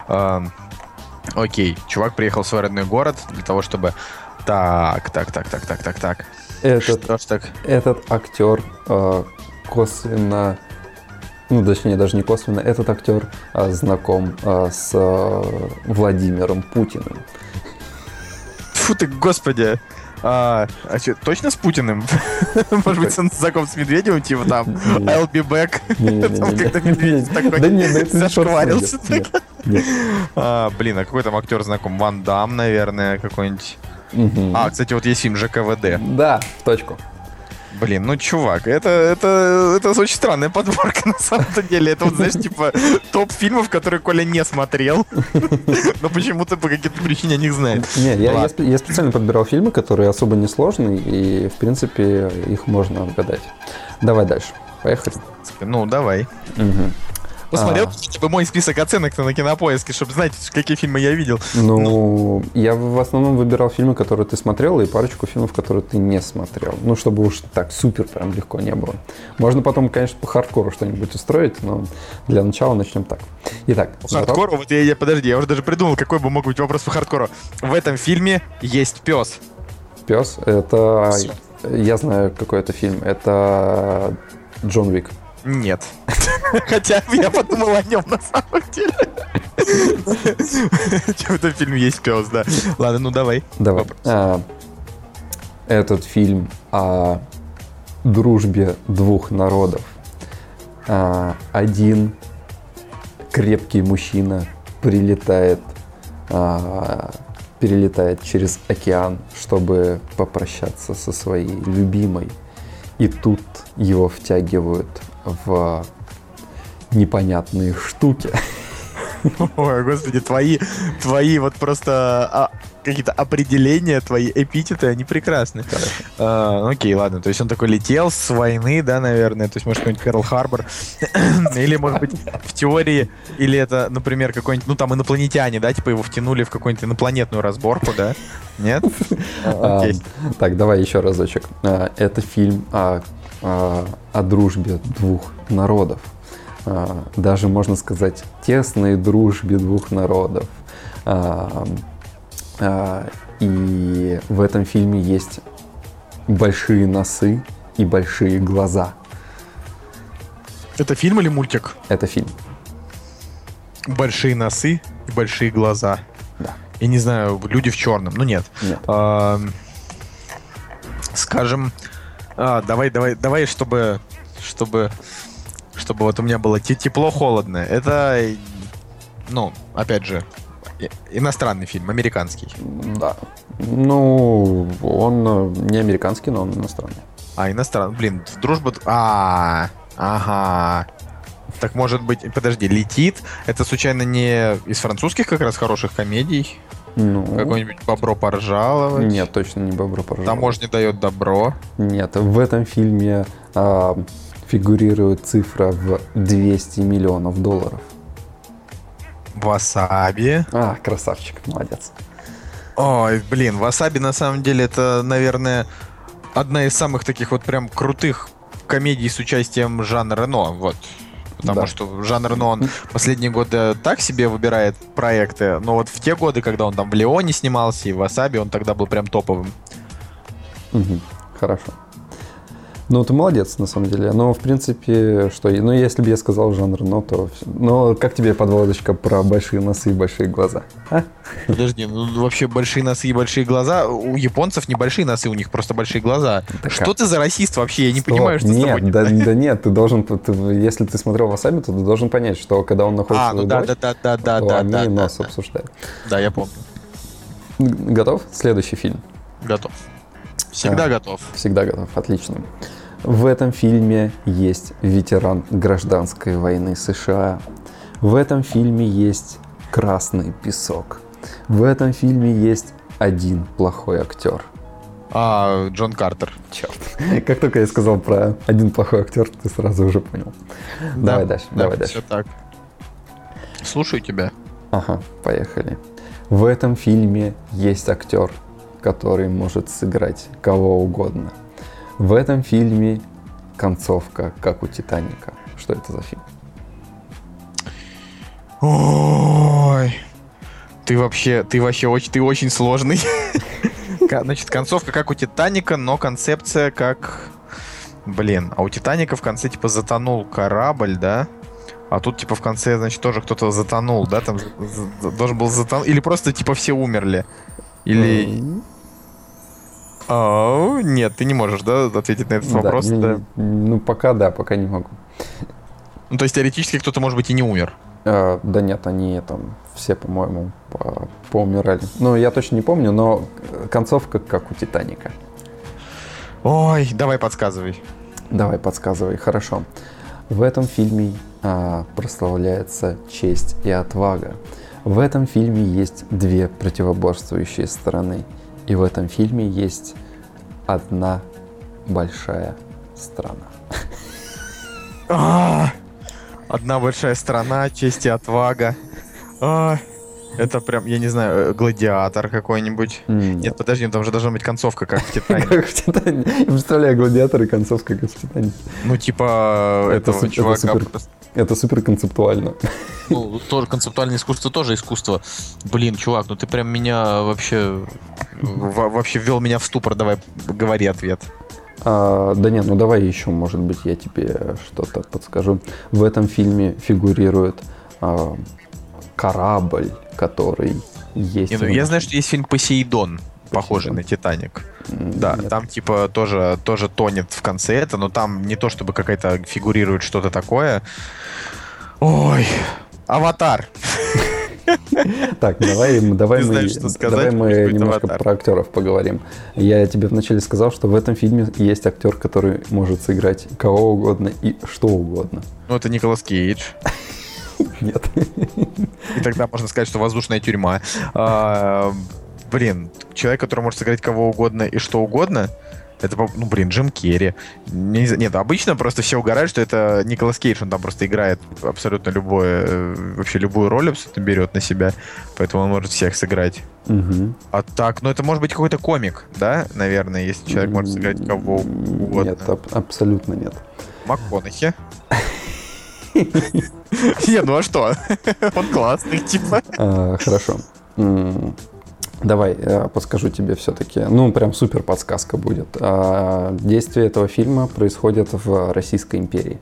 Окей, чувак приехал в свой родной город для того, чтобы... Так. Этот актер косвенно ну, точнее, даже не косвенно, этот актер знаком с Владимиром Путиным. Фу ты, господи. Что, точно с Путиным? Может быть, он знаком с Медведевым, типа там I'll be back. Там как-то Медведев такой зашкварился. Блин, а какой там актер знаком? Ван Дам, наверное, какой-нибудь. Кстати, вот есть фильм ЖКВД. Да, в точку. Блин, ну, чувак, это очень странная подборка, на самом деле. Это вот, знаешь, типа, топ фильмов, которые Коля не смотрел, но почему-то по какой-то причине о них знает. Не, я специально подбирал фильмы, которые особо не сложные, и, в принципе, их можно отгадать. Давай дальше. Поехали. Ну, давай. Посмотрел хотя бы мой список оценок на Кинопоиске, чтобы знать, какие фильмы я видел. Ну, я в основном выбирал фильмы, которые ты смотрел, и парочку фильмов, которые ты не смотрел. Ну, чтобы уж так супер прям легко не было. Можно потом, конечно, по хардкору что-нибудь устроить, но для начала начнем так. Итак. По хардкору? Вот подожди, я уже даже придумал, какой бы мог быть вопрос по хардкору. В этом фильме есть пес. Пес? Это... Я знаю, какой это фильм. Это Джон Уик. Нет. Хотя я подумал о нем на самом деле. В этом фильме есть пес, да. Ладно, ну давай. Давай. Этот фильм о дружбе двух народов. Один крепкий мужчина перелетает через океан, чтобы попрощаться со своей любимой. И тут его втягивают в непонятные штуки. Ой, господи, твои вот просто какие-то определения, твои эпитеты, они прекрасны. Окей, ладно, то есть он такой летел с войны, да, наверное, то есть может какой-нибудь Перл-Харбор, или может быть в теории, или это, например, какой-нибудь, ну там инопланетяне, да, типа его втянули в какую-нибудь инопланетную разборку, да? Нет? Так, давай еще разочек. Это фильм о дружбе двух народов. Даже, можно сказать, тесной дружбе двух народов. И в этом фильме есть большие носы и большие глаза. Это фильм или мультик? Это фильм. Большие носы и большие глаза. Да. Я не знаю, люди в черном. Ну нет. Скажем, давай, чтобы вот у меня было тепло-холодно. Это, ну, опять же, иностранный фильм, американский. Да. Ну, он не американский, но он иностранный. Иностранный. Блин, дружба... Ага. Так может быть... Подожди, «Летит» — это случайно не из французских как раз хороших комедий? Ну... Какой-нибудь «Бобро поржаловать»? Нет, точно не «Бобро поржаловать». «Таможня дает добро». Нет, в этом фильме фигурирует цифра в $200 миллионов. «Васаби». Красавчик, молодец. Ой, блин, «Васаби» на самом деле это, наверное, одна из самых таких вот прям крутых комедий с участием Жана Рено, вот. Потому что Жан Рено, он последние годы так себе выбирает проекты, но вот в те годы, когда он там в «Леоне» снимался и в «Васаби», он тогда был прям топовым. Хорошо. Ну, ты молодец, на самом деле. Но, в принципе, что... Ну, если бы я сказал Жан Рено, то... Но как тебе подводочка про большие носы и большие глаза? Подожди, ну вообще большие носы и большие глаза... У японцев не большие носы, у них просто большие глаза. Что ты за расист вообще? Я не понимаю, что с тобой. Нет, ты должен... Если ты смотрел «Васаби», то ты должен понять, что когда он находится в дочь, то они нос обсуждают. Да, я помню. Готов? Следующий фильм. Готов. Всегда готов. Всегда готов, отлично. В этом фильме есть ветеран гражданской войны США. В этом фильме есть красный песок. В этом фильме есть один плохой актер. Джон Картер. Черт. Как только я сказал про один плохой актер, ты сразу уже понял. Давай дальше. Все так. Слушаю тебя. Ага, поехали. В этом фильме есть актер, который может сыграть кого угодно. В этом фильме концовка, как у «Титаника». Что это за фильм? Ой, ты очень сложный. Значит, концовка как у «Титаника», но концепция как Блин, а у Титаника в конце, типа, затонул корабль, да? А тут, типа, в конце, значит, тоже кто-то затонул, да? Там должен был затонуть. Или просто, типа, все умерли. Или... Нет, ты не можешь, да, ответить на этот вопрос? Да. Ну, пока не могу. Ну, то есть, теоретически кто-то, может быть, и не умер. Да нет, они там все, по-моему, поумирали. Ну, я точно не помню, но концовка как у Титаника. Ой, давай подсказывай. Давай, подсказывай, хорошо. В этом фильме прославляется честь и отвага. В этом фильме есть две противоборствующие стороны. И в этом фильме есть одна большая страна. Одна большая страна, честь и отвага. Это прям, я не знаю, гладиатор какой-нибудь. Нет, подожди, там же должна быть концовка, как в Титанике. Как в Титанике. Я представляю гладиатор и концовка, как в Титанике. Ну, типа, этого чувака... Это супер концептуально. Ну, тоже концептуальное искусство, тоже искусство. Блин, чувак, ну ты прям меня вообще ввел меня в ступор. Давай, говори ответ. Да нет, ну давай еще, может быть, я тебе что-то подскажу. В этом фильме фигурирует корабль, который есть... Не, ну, я знаю, что есть фильм «Посейдон», похожий на «Титаник». Да, нет. Там типа тоже тонет в конце это, но там не то чтобы какая-то фигурирует что-то такое. Ой, «Аватар». Так, давай мы немножко про актеров поговорим. Я тебе вначале сказал, что в этом фильме есть актер, который может сыграть кого угодно и что угодно. Ну, это Николас Кейдж. Нет. И тогда можно сказать, что «Воздушная тюрьма». Блин, человек, который может сыграть кого угодно и что угодно, это, ну, блин, Джим Керри. Нет, обычно просто все угорают, что это Николас Кейдж, он там просто играет абсолютно вообще любую роль абсолютно берет на себя, поэтому он может всех сыграть. Угу. А так, ну это может быть какой-то комик, да, наверное, если человек может сыграть кого угодно. Нет, абсолютно нет. МакКонахи. Не, ну а что? Он классный, типа. Хорошо. Давай, подскажу тебе все-таки. Ну, прям супер подсказка будет. Действие этого фильма происходит в Российской империи.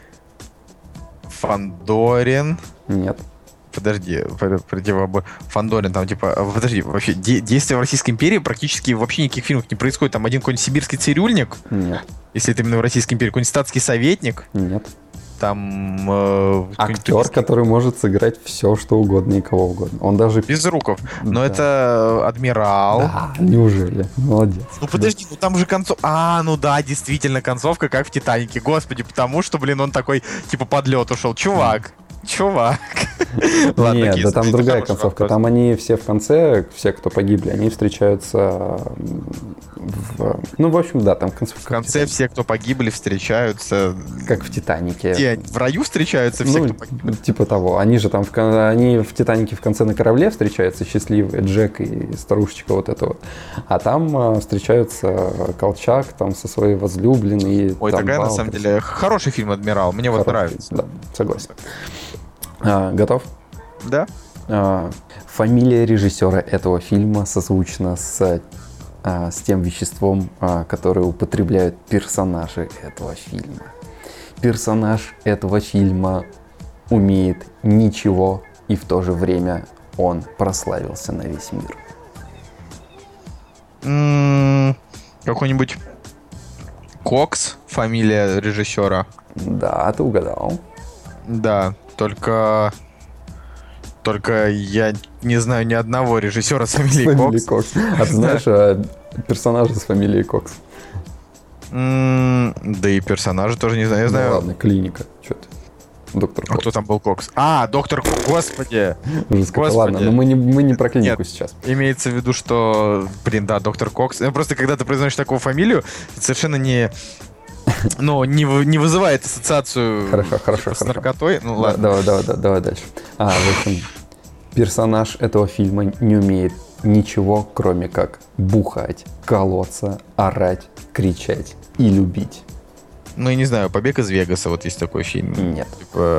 Фандорин? Нет. Подожди, Фандорин, там типа... Подожди, вообще, действия в Российской империи практически вообще никаких фильмов не происходит. Там один какой-нибудь сибирский цирюльник? Нет. Если это именно в Российской империи. Какой-нибудь статский советник? Нет. Там... Актер, который может сыграть все, что угодно и кого угодно. Он даже... Безруков. Но это адмирал. Да, неужели? Молодец. Ну подожди, ну там же концовка... ну да, действительно, концовка как в «Титанике». Господи, потому что, блин, он такой, типа, под лед ушел. Чувак. Ладно, нет, да там другая концовка. Там они все в конце, все, кто погибли, они встречаются Ну, в общем, да, там концовка. В конце все, кто погибли, встречаются... Как в «Титанике». Где? В раю встречаются все, кто погибли? Типа того. Они же там, они в «Титанике» в конце на корабле встречаются, счастливые, Джек и старушечка вот это вот. А там встречаются Колчак там со своей возлюбленной. Ой, такая, на самом деле, хороший фильм «Адмирал». Мне вот нравится. Да, согласен. Готов? Да. Фамилия режиссера этого фильма созвучна с тем веществом, которое употребляют персонажи этого фильма. Персонаж этого фильма умеет ничего, и в то же время он прославился на весь мир. Какой-нибудь Кокс, фамилия режиссера. Да, ты угадал. Да, только я не знаю ни одного режиссера с фамилией Кокс. А ты знаешь персонажа с фамилией Кокс? Да и персонажа тоже не знаю. Я знаю. Ладно, «Клиника». Что ты? Доктор Кокс. А кто там был Кокс? Доктор Кокс, господи. Ладно, но мы не про клинику сейчас. Имеется в виду, что, доктор Кокс. Просто когда ты произносишь такую фамилию, это совершенно не вызывает ассоциацию с наркотой. Ну ладно. Давай дальше. В общем, персонаж этого фильма не умеет ничего, кроме как бухать, колоться, орать, кричать и любить. Ну, я не знаю, «Побег из Вегаса», вот есть такой фильм. Нет.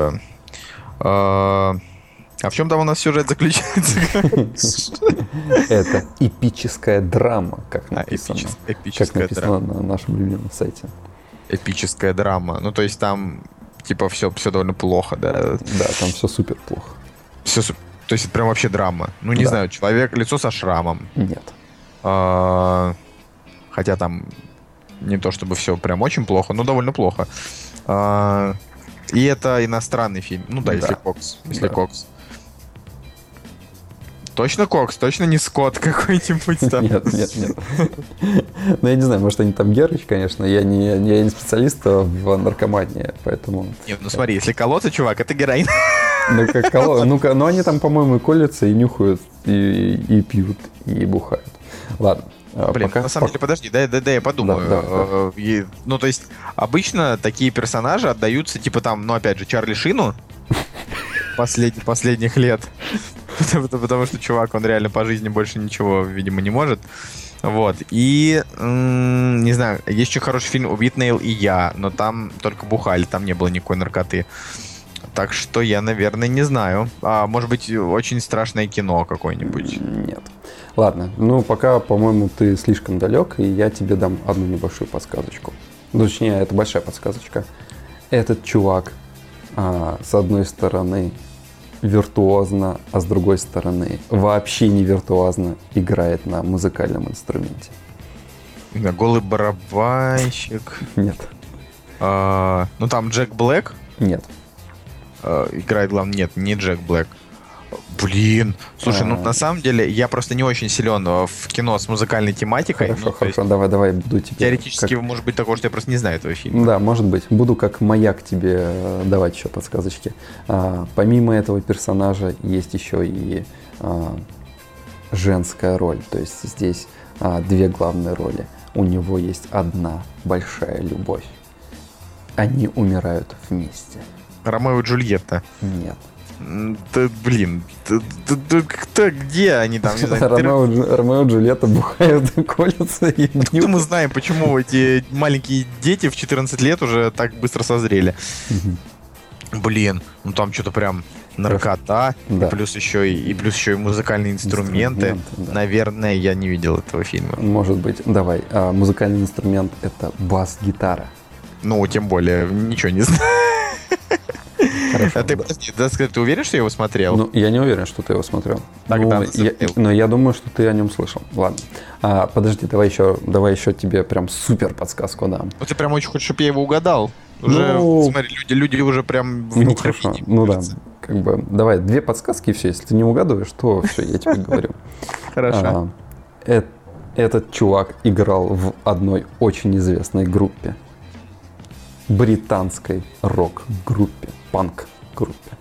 А в чем там у нас сюжет заключается? Это эпическая драма, как написано. Эпическая драма. На нашем любимом сайте. эпическая драма. Ну, то есть там, типа, все довольно плохо, да? Да, там все супер плохо. То есть это прям вообще драма. Ну, не знаю, человек, лицо со шрамом. Нет. Хотя там не то чтобы все прям очень плохо, но довольно плохо. И это иностранный фильм. Ну да, если Кокс. Если Кокс. Точно Кокс? Точно не Скотт какой-нибудь там? Нет. Ну, я не знаю, может, они там Герыч, конечно. Я не специалист в наркомании, поэтому... Нет, ну смотри, если колоться, чувак, это героин. Ну, как ну, они там, по-моему, и колются, и нюхают, и пьют, и бухают. Ладно. Блин, на самом деле, подожди, дай я подумаю. Да. Ну, то есть, обычно такие персонажи отдаются, типа там, ну, опять же, Чарли Шину последних лет. Потому что чувак, он реально по жизни больше ничего, видимо, не может. Вот. И, не знаю, есть еще хороший фильм «Уитнейл и я», но там только бухали, там не было никакой наркоты. Так что я, наверное, не знаю. Может быть, очень страшное кино какое-нибудь? Нет. Ладно, ну пока, по-моему, ты слишком далек, и я тебе дам одну небольшую подсказочку. Ну, точнее, это большая подсказочка. Этот чувак, с одной стороны, виртуозно, а с другой стороны, вообще не виртуозно играет на музыкальном инструменте. Голый барабанщик. Нет. Ну, там Джек Блэк? Нет. Играет главный. Нет, не Джек Блэк. Блин. Слушай, ну на самом деле я просто не очень силен в кино с музыкальной тематикой. Хорошо, давай буду тебе... Теоретически может быть такое, что я просто не знаю этого фильма. Да, может быть. Буду как маяк тебе давать еще подсказочки. Помимо этого персонажа есть еще и женская роль. То есть здесь две главные роли. У него есть одна большая любовь. Они умирают вместе. Ромео и Джульетта. Нет. Да, блин, где они там? Ромео и Джульетта бухают, колются и бьют. Откуда мы знаем, почему эти маленькие дети в 14 лет уже так быстро созрели? Блин, ну там что-то прям наркота, да. и плюс еще и музыкальные инструменты. Да. Наверное, я не видел этого фильма. Может быть. Давай. Музыкальный инструмент — это бас-гитара. Ну, тем более, ничего не знаю. Хорошо, ты уверен, что я его смотрел? Ну, я не уверен, что ты его смотрел. Тогда но я думаю, что ты о нем слышал. Ладно. Подожди, давай еще тебе прям супер подсказку дам. Ну, ты прям очень хочешь, чтобы я его угадал? Уже, смотри, люди уже прям... Ну, хорошо. Ну, да. Как бы, давай, две подсказки и все. Если ты не угадываешь, то все, я тебе говорю. Хорошо. Этот чувак играл в одной очень известной группе. Британской рок-группе, панк-группе.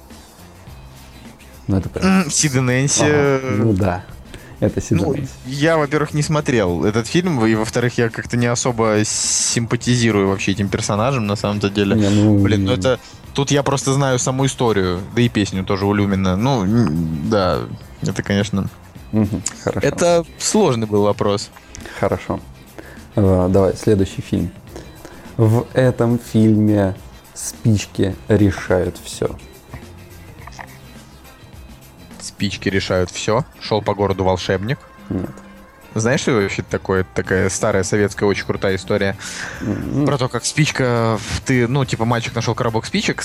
Ну, это прям... Сид и Нэнси. Ну да, это Сид и Нэнси. Я, во-первых, не смотрел этот фильм, и, во-вторых, я как-то не особо симпатизирую вообще этим персонажам, на самом-то деле. Блин, ну это... Тут я просто знаю саму историю, да и песню тоже у Люмина. Ну, да, это, конечно... Хорошо. Это сложный был вопрос. Хорошо. Давай, следующий фильм. В этом фильме спички решают все. Спички решают все. Шел по городу волшебник. Нет. Знаешь, что вообще такое? Такая старая советская очень крутая история. Про то, как спичка... мальчик нашел коробок спичек,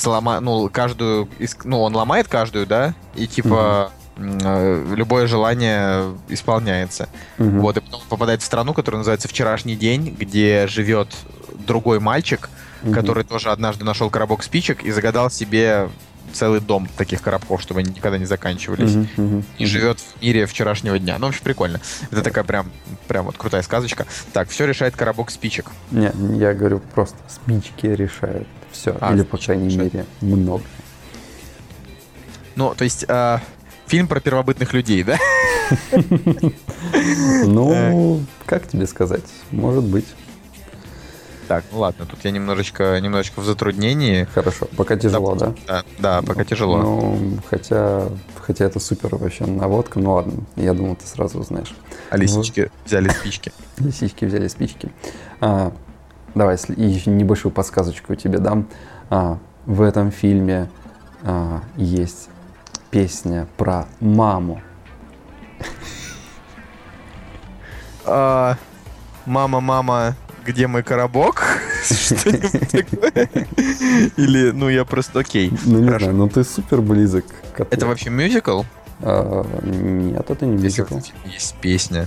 он ломает каждую, да? И любое желание исполняется. Вот, и потом попадает в страну, которая называется «Вчерашний день», где живет другой мальчик, который тоже однажды нашел коробок спичек и загадал себе целый дом таких коробков, чтобы они никогда не заканчивались. И живет в мире вчерашнего дня. Ну, в общем, прикольно. Это такая прям вот крутая сказочка. Так, все решает коробок спичек. Не, я говорю просто спички решают все. Или, по крайней мере, много. Ну, то есть... Фильм про первобытных людей, да? Ну, как тебе сказать? Может быть. Так, ну ладно, тут я немножечко в затруднении. Хорошо, пока тяжело, да? Да, пока тяжело. Ну, хотя это супер вообще наводка. Ну ладно, я думал, ты сразу узнаешь. А лисички взяли спички. Лисички взяли спички. Давай, еще небольшую подсказочку тебе дам. В этом фильме есть песня про маму. Мама, где мой коробок? Что-нибудь такое. Или, ну, я просто... Окей. Ну, не знаю, но ты супер близок к ответу. Это вообще мюзикл? Нет, это не мюзикл. Есть песня.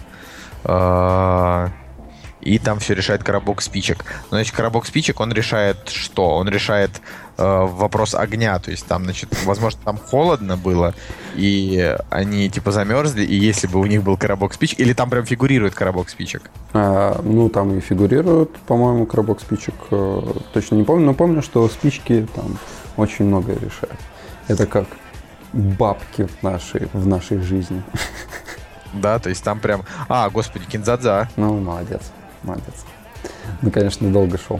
И там все решает коробок спичек. Значит, коробок спичек, он решает что? Он решает вопрос огня. То есть там, значит, возможно, там холодно было, и они типа замерзли, и если бы у них был коробок спичек, или там прям фигурирует коробок спичек? Ну, там и фигурирует, по-моему, коробок спичек. Точно не помню, но помню, что спички там очень многое решают. Это как бабки в нашей жизни. Да, то есть там прям... господи, Кинзадза. Ну, молодец. Ну, конечно, долго шел.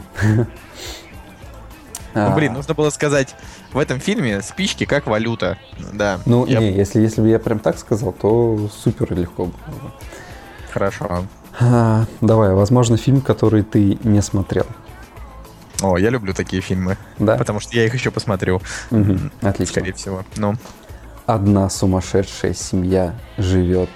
Ну, блин, нужно было сказать, в этом фильме спички как валюта. Да. Ну, если бы я прям так сказал, то супер легко было бы. Хорошо. Давай, возможно, фильм, который ты не смотрел. О, я люблю такие фильмы. Да? Потому что я их еще посмотрю. Отлично. Скорее всего. Ну. Одна сумасшедшая семья живет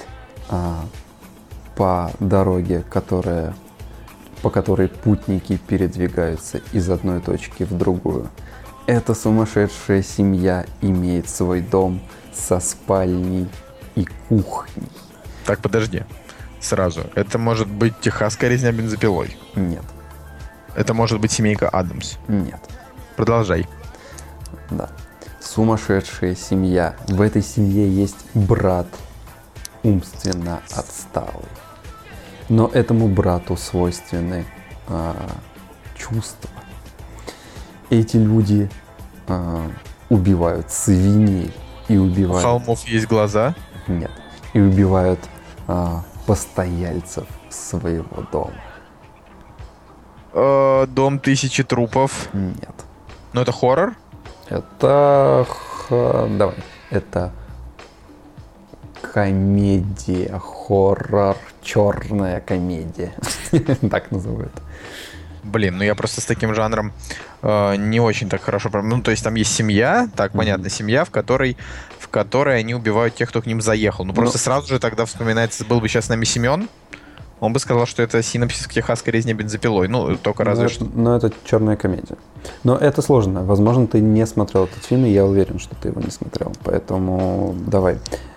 по дороге, по которой путники передвигаются из одной точки в другую. Эта сумасшедшая семья имеет свой дом со спальней и кухней. Так, подожди. Сразу. Это может быть «Техасская резня бензопилой». Нет. Это может быть «Семейка Адамс». Нет. Продолжай. Да. Сумасшедшая семья. В этой семье есть брат, умственно отсталый. Но этому брату свойственны чувства. Эти люди убивают свиней и убивают... У холмов есть глаза? Нет. И убивают постояльцев своего дома. «Дом тысячи трупов». Нет. Ну, это хоррор? Это... Давай. Это комедия, хоррор, черная комедия. Так называют. Блин, ну я просто с таким жанром не очень так хорошо... Ну, то есть там есть семья, так, понятно, семья, в которой они убивают тех, кто к ним заехал. Ну, просто сразу же тогда вспоминается, был бы сейчас с нами Семен, он бы сказал, что это синопсис к «Техасской резне бензопилой». Ну, только разве что. Но это черная комедия. Но это сложно. Возможно, ты не смотрел этот фильм, и я уверен, что ты его не смотрел. Поэтому давай.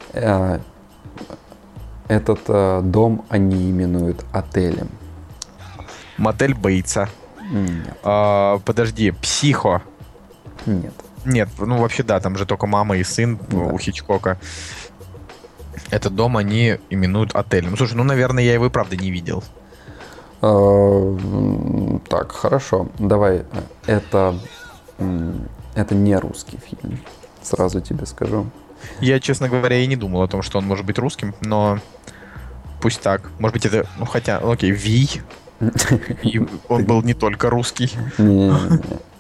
Этот дом они именуют отелем. «Мотель Бейтса». Нет. Подожди, «Психо». Нет. Нет, ну вообще да, там же только мама и сын у Хичкока. Этот дом они именуют отелем. Ну, слушай, наверное, я его и правда не видел. Так, хорошо. Давай. Это не русский фильм. Сразу тебе скажу. Я, честно говоря, и не думал о том, что он может быть русским, но пусть так. Может быть, это... Ну, хотя, окей, Вий. И он был не только русский. Не-не-не.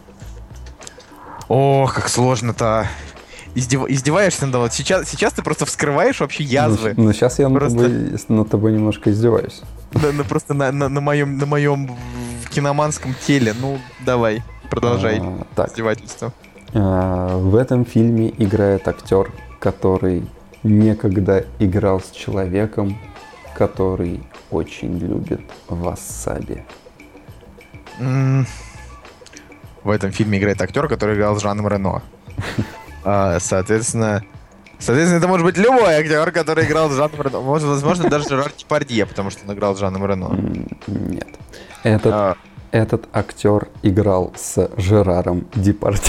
Ох, как сложно-то. Издеваешься надо? Вот сейчас ты просто вскрываешь вообще язвы. Ну, сейчас я над тобой немножко издеваюсь. Просто на моем киноманском теле. Ну, давай, продолжай издевательство. В этом фильме играет актер, который некогда играл с человеком, который очень любит васаби. В этом фильме играет актер, который играл с Жаном Рено. Соответственно, это может быть любой актер, который играл с Жаном Рено. Возможно, даже Жерар Депардье, потому что он играл с Жаном Рено. Нет. Этот актер играл с Жераром Депардье.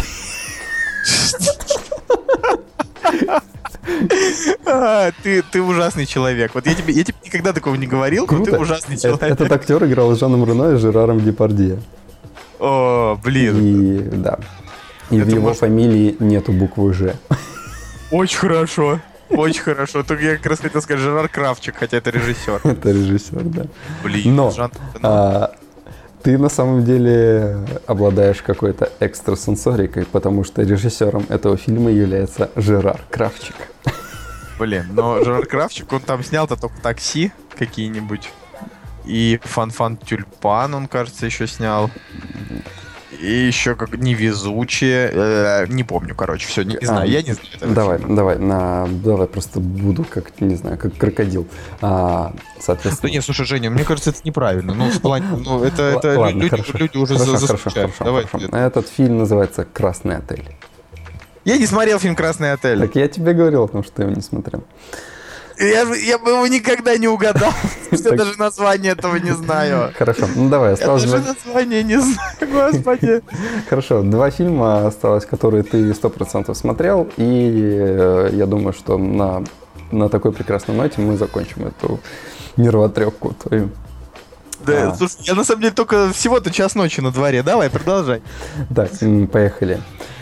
Ты ужасный человек. Вот я тебе никогда такого не говорил, но ты ужасный человек. Этот актер играл с Жаном Рено и Жераром Депардье. О, блин. И да. И в его фамилии нету буквы «Ж». Очень хорошо. Очень хорошо. Только я как раз хотел сказать Жерар Кравчик, хотя это режиссер. Это режиссер, да. Блин, но ты на самом деле обладаешь какой-то экстрасенсорикой, потому что режиссером этого фильма является Жерар Кравчик. Блин, но Жерар Кравчик, он там снял-то только «Такси» какие-нибудь. И «Фан-фан Тюльпан» он, кажется, еще снял. И еще как невезучие. Не помню, короче, все, не знаю. Я не знаю. Давай просто буду как, не знаю, как крокодил. Соответственно... Да нет, слушай, Женя, мне кажется, это неправильно. Ну, в плане, это Ладно, люди уже заскучают. Давай. Этот фильм называется «Красный отель». Я не смотрел фильм «Красный отель». Так я тебе говорил о том, что ты его не смотрел. Я бы его никогда не угадал. Я даже название этого не знаю. Хорошо, ну давай, осталось... Я даже название не знаю, господи. Хорошо, 2 фильма осталось, которые ты 100% смотрел, и я думаю, что на такой прекрасной ноте мы закончим эту нервотрепку твою. Да, слушай, я на самом деле только всего-то час ночи на дворе. Давай, продолжай. Так, поехали.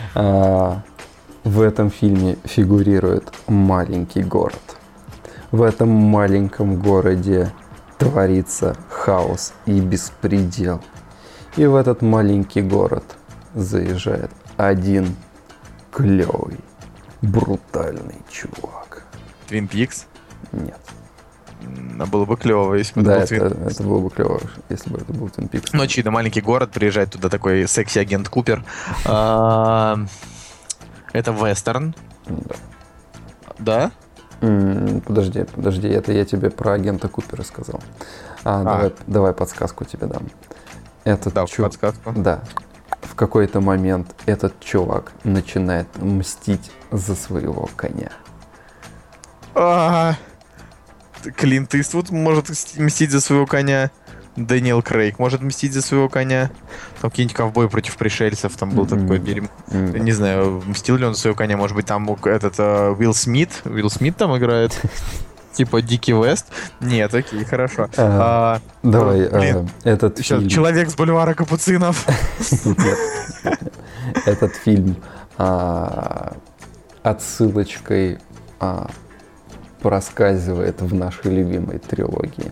В этом фильме фигурирует маленький город. В этом маленьком городе творится хаос и беспредел. И в этот маленький город заезжает один клевый, брутальный чувак. Твин Пикс? Нет. Было бы клево, если бы Да, это был Твин. это было бы клево, если бы это был Твин Пикс. Ну, очевидно, маленький город, приезжает туда такой секси-агент Купер. Это вестерн. Да. Да? Подожди, это я тебе про агента Купера сказал. Давай подсказку тебе дам. Подсказку. Да. В какой-то момент этот чувак начинает мстить за своего коня. Клинт Иствуд может мстить за своего коня. Дэниел Крейг может мстить за своего коня. Там какие-нибудь ковбои против пришельцев. Там был такой дерьмо. Не знаю, мстил ли он за своего коня. Может быть, там этот Уилл Смит. Уилл Смит там играет. Типа Дикий Вест. Нет, окей, хорошо. Давай, этот фильм... Человек с бульвара Капуцинов. Этот фильм отсылочкой проскальзывает в нашей любимой трилогии.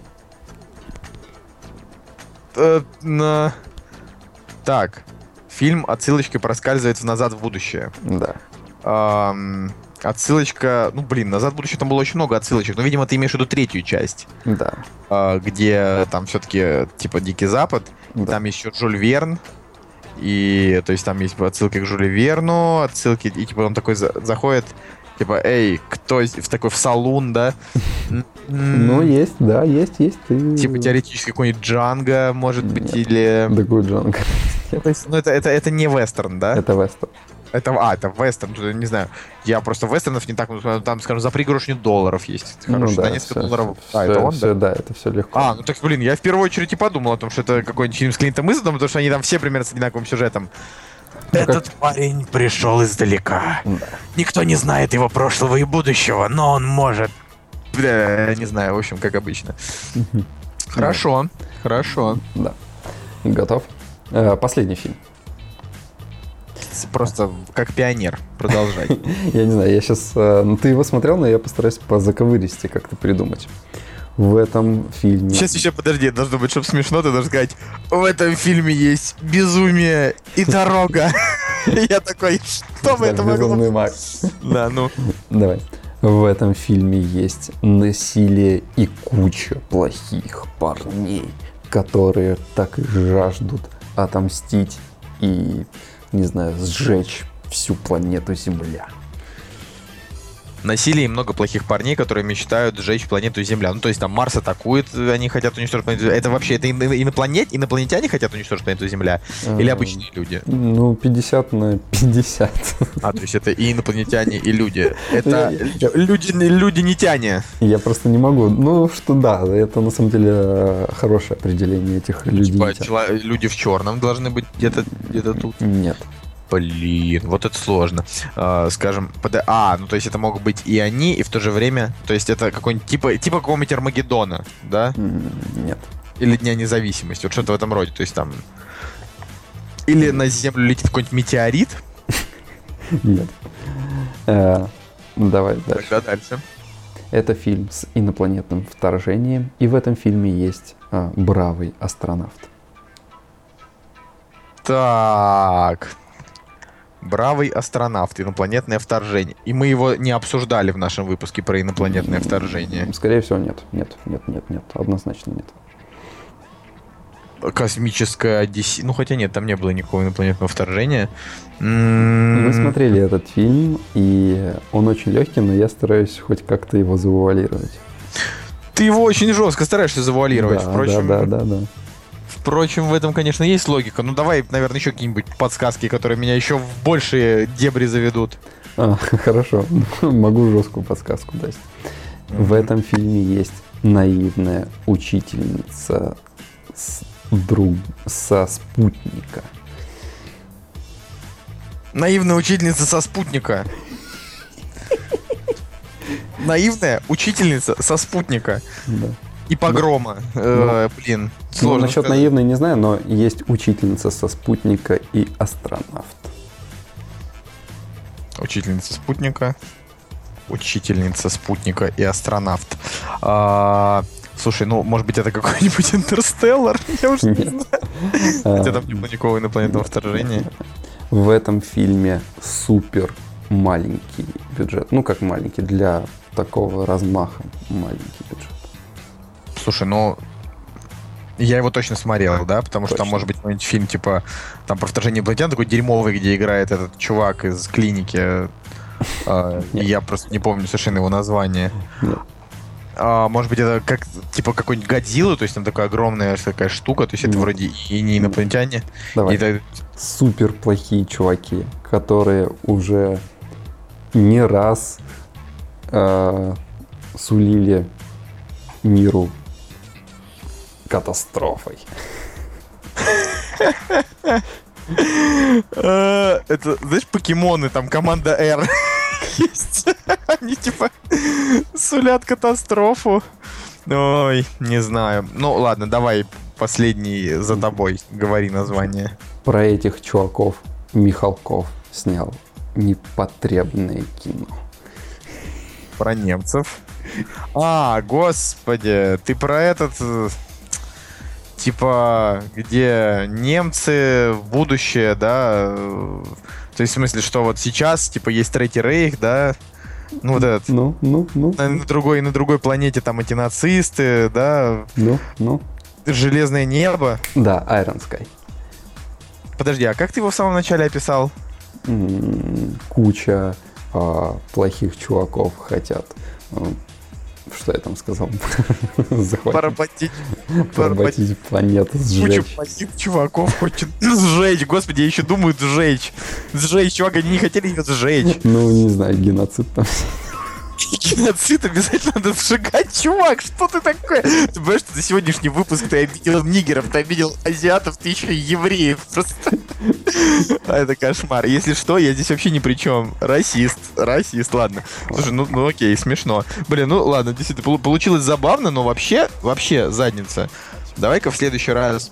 Так, фильм отсылочкой проскальзывает в «Назад в будущее». Да. Отсылочка... «Назад в будущее» там было очень много отсылочек, но, видимо, ты имеешь в виду 3-ю часть. Да. Где там все-таки, типа, Дикий Запад, да. Там еще Жюль Верн, и, то есть, там есть отсылки к Жюлю Верну, отсылки, и, типа, он такой заходит... Типа, эй, кто в салун, да? Ну, есть, да, есть. Ты... Типа, теоретически какой-нибудь Джанго, может быть, или... Да, какой Джанго? Ну, это не вестерн, да? Это вестерн. Это вестерн, не знаю. Я просто вестернов не так... Там, скажем, за пригоршню $1 есть. Хороший, да, на несколько $. Это он, да? Да, это все легко. Так, я в первую очередь и подумал о том, что это какой-нибудь фильм с Клинтом Иствудом, потому что они там все примерно с одинаковым сюжетом. Этот парень пришел издалека. Да. Никто не знает его прошлого и будущего, но он может... не знаю, в общем, как обычно. Хорошо. Да. Готов? Последний фильм. Просто как пионер. Продолжай. Я не знаю, я сейчас... ты его смотрел, но я постараюсь по заковыристи как-то придумать. В этом фильме... Сейчас еще, подожди, должно быть, чтобы смешно, ты должен сказать, в этом фильме есть безумие и дорога. Я такой, что бы это могло быть? Да, ну. Давай. В этом фильме есть насилие и куча плохих парней, которые так и жаждут отомстить и, не знаю, сжечь всю планету Земля. Насилие и много плохих парней, которые мечтают сжечь планету Земля. Ну, то есть там Марс атакует, они хотят уничтожить планету Земля. Это вообще, это инопланетяне хотят уничтожить планету Земля? Или обычные люди? 50 на 50. То есть это и инопланетяне, и люди. Это люди-нетяне. Я просто не могу. Да, это на самом деле хорошее определение этих людей. Типа, люди в черном должны быть где-то тут? Нет. Блин, вот это сложно. Скажем, то есть это могут быть и они, и в то же время, то есть это какой-нибудь типа какого-нибудь Армагеддона, да? Нет. Или Дня независимости, вот что-то в этом роде, то есть там... Или на Землю летит какой-нибудь метеорит? Нет. Давай дальше. Тогда дальше. Это фильм с инопланетным вторжением, и в этом фильме есть бравый астронавт. Так... Бравый астронавт, инопланетное вторжение. И мы его не обсуждали в нашем выпуске про инопланетное вторжение. Скорее всего, нет. Нет. Однозначно нет. Космическая Одиссея. Ну, хотя нет, там не было никакого инопланетного вторжения. Мы смотрели этот фильм, и он очень легкий, но я стараюсь хоть как-то его завуалировать. Ты его очень жестко стараешься завуалировать. Да, Впрочем, да. Впрочем, в этом, конечно, есть логика. Ну, давай, наверное, еще какие-нибудь подсказки, которые меня еще в большие дебри заведут. Хорошо. Могу жесткую подсказку дать. В этом фильме есть наивная учительница со спутника. Наивная учительница со спутника. Наивная учительница со спутника. Да. И погрома. Блин, Ну, насчет сказать. наивной не знаю, но есть учительница со спутника и астронавт. Учительница спутника. Учительница спутника и астронавт. Слушай, ну, может быть, это какой-нибудь Интерстеллар? Я уже не знаю. Хотя там не было никакого инопланетного вторжения. В этом фильме супер маленький бюджет. Ну, как маленький, для такого размаха маленький бюджет. Слушай, ну, я его точно смотрел, да? Потому что Точно. там может быть какой-нибудь фильм, типа, там про вторжение инопланетян, такой дерьмовый, где играет этот чувак из клиники. И я просто не помню совершенно его название. Нет. Может быть, это как типа какой-нибудь Годзилла, то есть там такая огромная такая штука, то есть это вроде и не инопланетяне. Давай. И это... Супер плохие чуваки, которые уже не раз сулили миру катастрофой. Это, знаешь, покемоны, там команда R есть. Они типа сулят катастрофу. Ой, не знаю. Ну ладно, давай последний за тобой. Говори название. Про этих чуваков Михалков снял непотребное кино. Про немцев. Господи, ты про этот... Типа, где немцы в будущее, да? То есть, в смысле, что вот сейчас, типа, есть Третий Рейх, да? Ну, вот этот. Ну. На другой планете там эти нацисты, да? Ну. Железное небо. Да, Iron Sky. Подожди, а как ты его в самом начале описал? Куча плохих чуваков хотят. Что я там сказал? Поработить Планету, кучу сжечь. плохих чуваков хочет сжечь. Господи, я еще думаю сжечь. Сжечь, чувак, они не хотели ее сжечь. Ну, не знаю, геноцид там. Геноцид обязательно надо сжигать, чувак, что ты такое? Ты понимаешь, что за сегодняшний выпуск ты обидел нигеров, ты обидел азиатов, ты еще и евреев. Просто... Это кошмар. Если что, я здесь вообще ни при чем. Расист, ладно. Слушай, ну окей, смешно. Блин, ну ладно, действительно, получилось забавно, но вообще задница. Давай-ка в следующий раз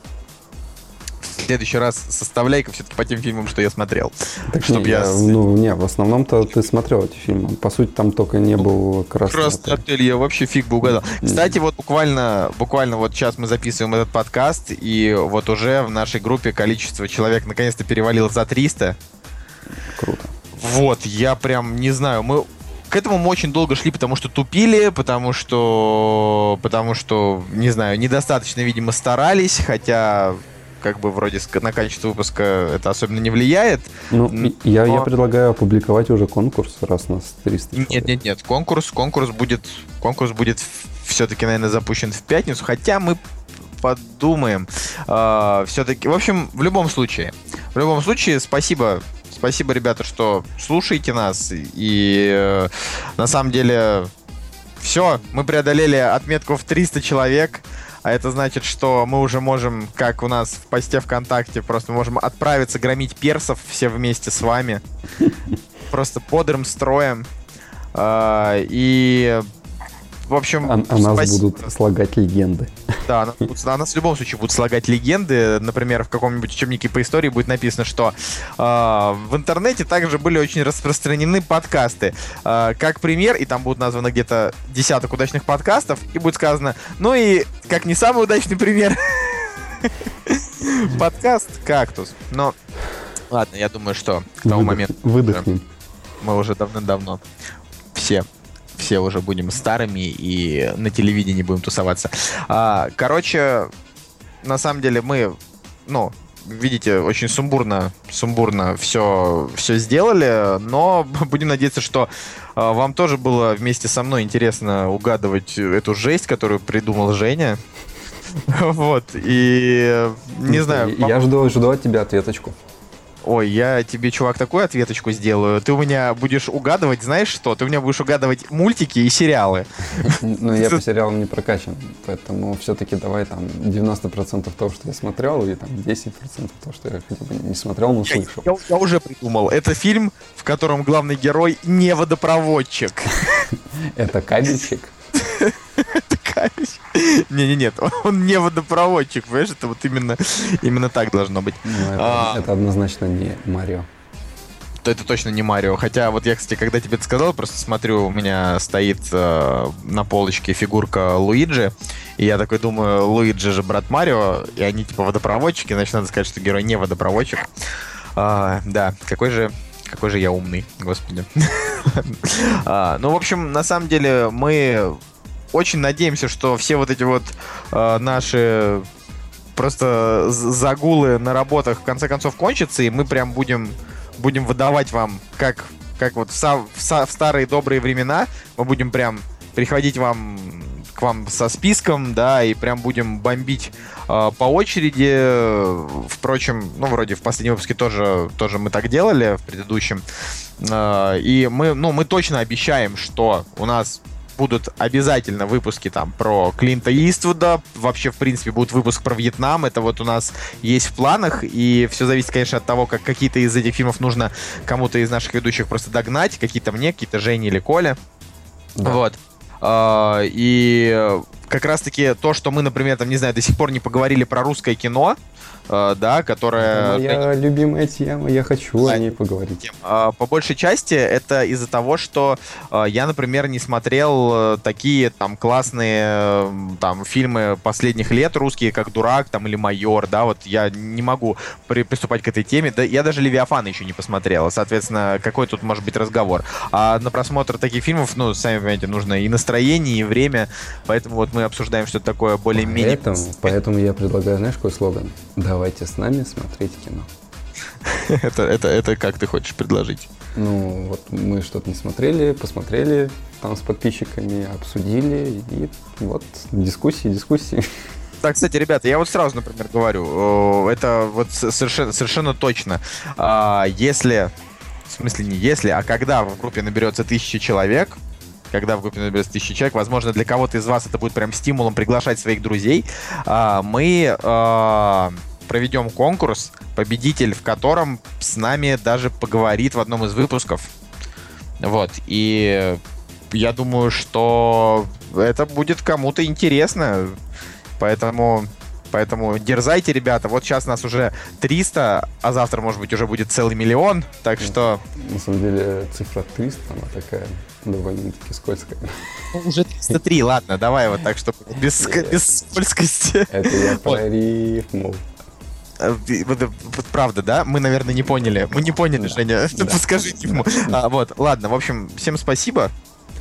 составляй-ка все-таки по тем фильмам, что я смотрел. Так Чтоб в основном-то ты смотрел эти фильмы. По сути, там только не был «Красный Красный отель». отель, я вообще фиг бы угадал. Кстати, вот буквально вот сейчас мы записываем этот подкаст, и вот уже в нашей группе количество человек наконец-то перевалило за 300. Круто. Вот, я прям не знаю, к этому мы очень долго шли, потому что тупили, потому что, не знаю, недостаточно, видимо, старались, хотя... как бы вроде на качество выпуска это особенно не влияет. Я предлагаю опубликовать уже конкурс, раз нас 300 человек. Нет. Конкурс будет все-таки, наверное, запущен в пятницу, хотя мы подумаем. Все-таки, в общем, в любом случае, спасибо, ребята, что слушаете нас. И на самом деле все, мы преодолели отметку в 300 человек. А это значит, что мы уже можем, как у нас в посте ВКонтакте, просто можем отправиться громить персов все вместе с вами. Просто бодрым строем. И, в общем... А нас будут слагать легенды. Да, нас в любом случае будут слагать легенды. Например, в каком-нибудь учебнике по истории будет написано, что в интернете также были очень распространены подкасты. Как пример, и там будут названы где-то десяток удачных подкастов, и будет сказано, ну и, как не самый удачный пример, подкаст «Кактус». Но, ладно, я думаю, что к тому моменту... Выдохнем. Мы уже давным-давно все уже будем старыми и на телевидении будем тусоваться. Короче, на самом деле мы, ну, видите, очень сумбурно все сделали, но будем надеяться, что вам тоже было вместе со мной интересно угадывать эту жесть, которую придумал Женя. Вот, и не знаю. Я жду от тебя ответочку. Ой, я тебе, чувак, такую ответочку сделаю. Ты у меня будешь угадывать, знаешь что? Ты у меня будешь угадывать мультики и сериалы. Ну, я по сериалам не прокачан, поэтому все-таки давай там 90% того, что я смотрел, и там 10% того, что я хотя бы не смотрел, но слышал. Я уже придумал. Это фильм, в котором главный герой не водопроводчик. Это кабельщик? Это кабельщик. Нет, он не водопроводчик, понимаешь? Это вот именно так должно быть. Это однозначно не Марио. Это точно не Марио. Хотя вот я, кстати, когда тебе это сказал, просто смотрю, у меня стоит на полочке фигурка Луиджи, и я такой думаю, Луиджи же брат Марио, и они типа водопроводчики, значит, надо сказать, что герой не водопроводчик. Да, какой же я умный, господи. Ну, в общем, на самом деле мы очень надеемся, что все вот эти вот наши просто загулы на работах в конце концов кончатся, и мы прям будем выдавать вам, как вот в старые добрые времена, мы будем прям приходить к вам со списком, да, и прям будем бомбить по очереди. Впрочем, ну, вроде в последнем выпуске тоже мы так делали, в предыдущем. И мы точно обещаем, что у нас будут обязательно выпуски там про Клинта Иствуда, вообще, в принципе, будет выпуск про Вьетнам, это вот у нас есть в планах, и все зависит, конечно, от того, как какие-то из этих фильмов нужно кому-то из наших ведущих просто догнать, какие-то мне, какие-то Жене или Коле. Да. Вот. И как раз-таки то, что мы, например, там, не знаю, до сих пор не поговорили про русское кино, да, которая... Это моя любимая тема, я хочу о ней поговорить. По большей части это из-за того, что я, например, не смотрел такие там классные там фильмы последних лет русские, как «Дурак» там или «Майор», да, вот я не могу приступать к этой теме, да, я даже «Левиафана» еще не посмотрел, соответственно, какой тут может быть разговор. А на просмотр таких фильмов, ну, сами понимаете, нужно и настроение, и время, поэтому вот мы обсуждаем что-то такое более-менее... Поэтому я предлагаю, знаешь, какой слоган? Давайте с нами смотреть кино. Это как ты хочешь предложить? Ну, вот мы что-то не смотрели, посмотрели там с подписчиками, обсудили, и вот дискуссии. Так, кстати, ребята, я вот сразу, например, говорю, это вот совершенно точно. Если, в смысле не если, а когда в группе наберется 1000 человек, возможно, для кого-то из вас это будет прям стимулом приглашать своих друзей, мы проведем конкурс, победитель в котором с нами даже поговорит в одном из выпусков. Вот, и я думаю, что это будет кому-то интересно, поэтому дерзайте, ребята. Вот сейчас нас уже 300, а завтра, может быть, уже будет целый 1 000 000, так что... На самом деле цифра 300, она такая довольно-таки скользкая. Ну, уже 303, ладно, давай вот так, чтобы без скользкости. Это я прорифмул. Вот правда, да? Мы, наверное, не поняли. Мы не поняли, Женя. Подскажите ему. Вот, ладно, в общем, всем спасибо.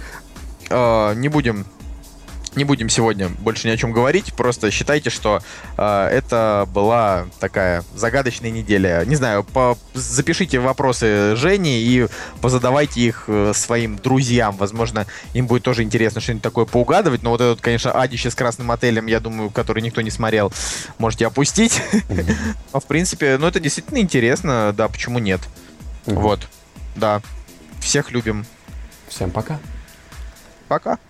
Не будем сегодня больше ни о чем говорить. Просто считайте, что это была такая загадочная неделя. Не знаю, запишите вопросы Жене и позадавайте их своим друзьям. Возможно, им будет тоже интересно что-нибудь такое поугадывать. Но вот этот, конечно, адище с красным отелем, я думаю, который никто не смотрел, можете опустить. Но, в принципе, ну это действительно интересно. Да, почему нет? Вот. Да. Всех любим. Всем пока. Пока.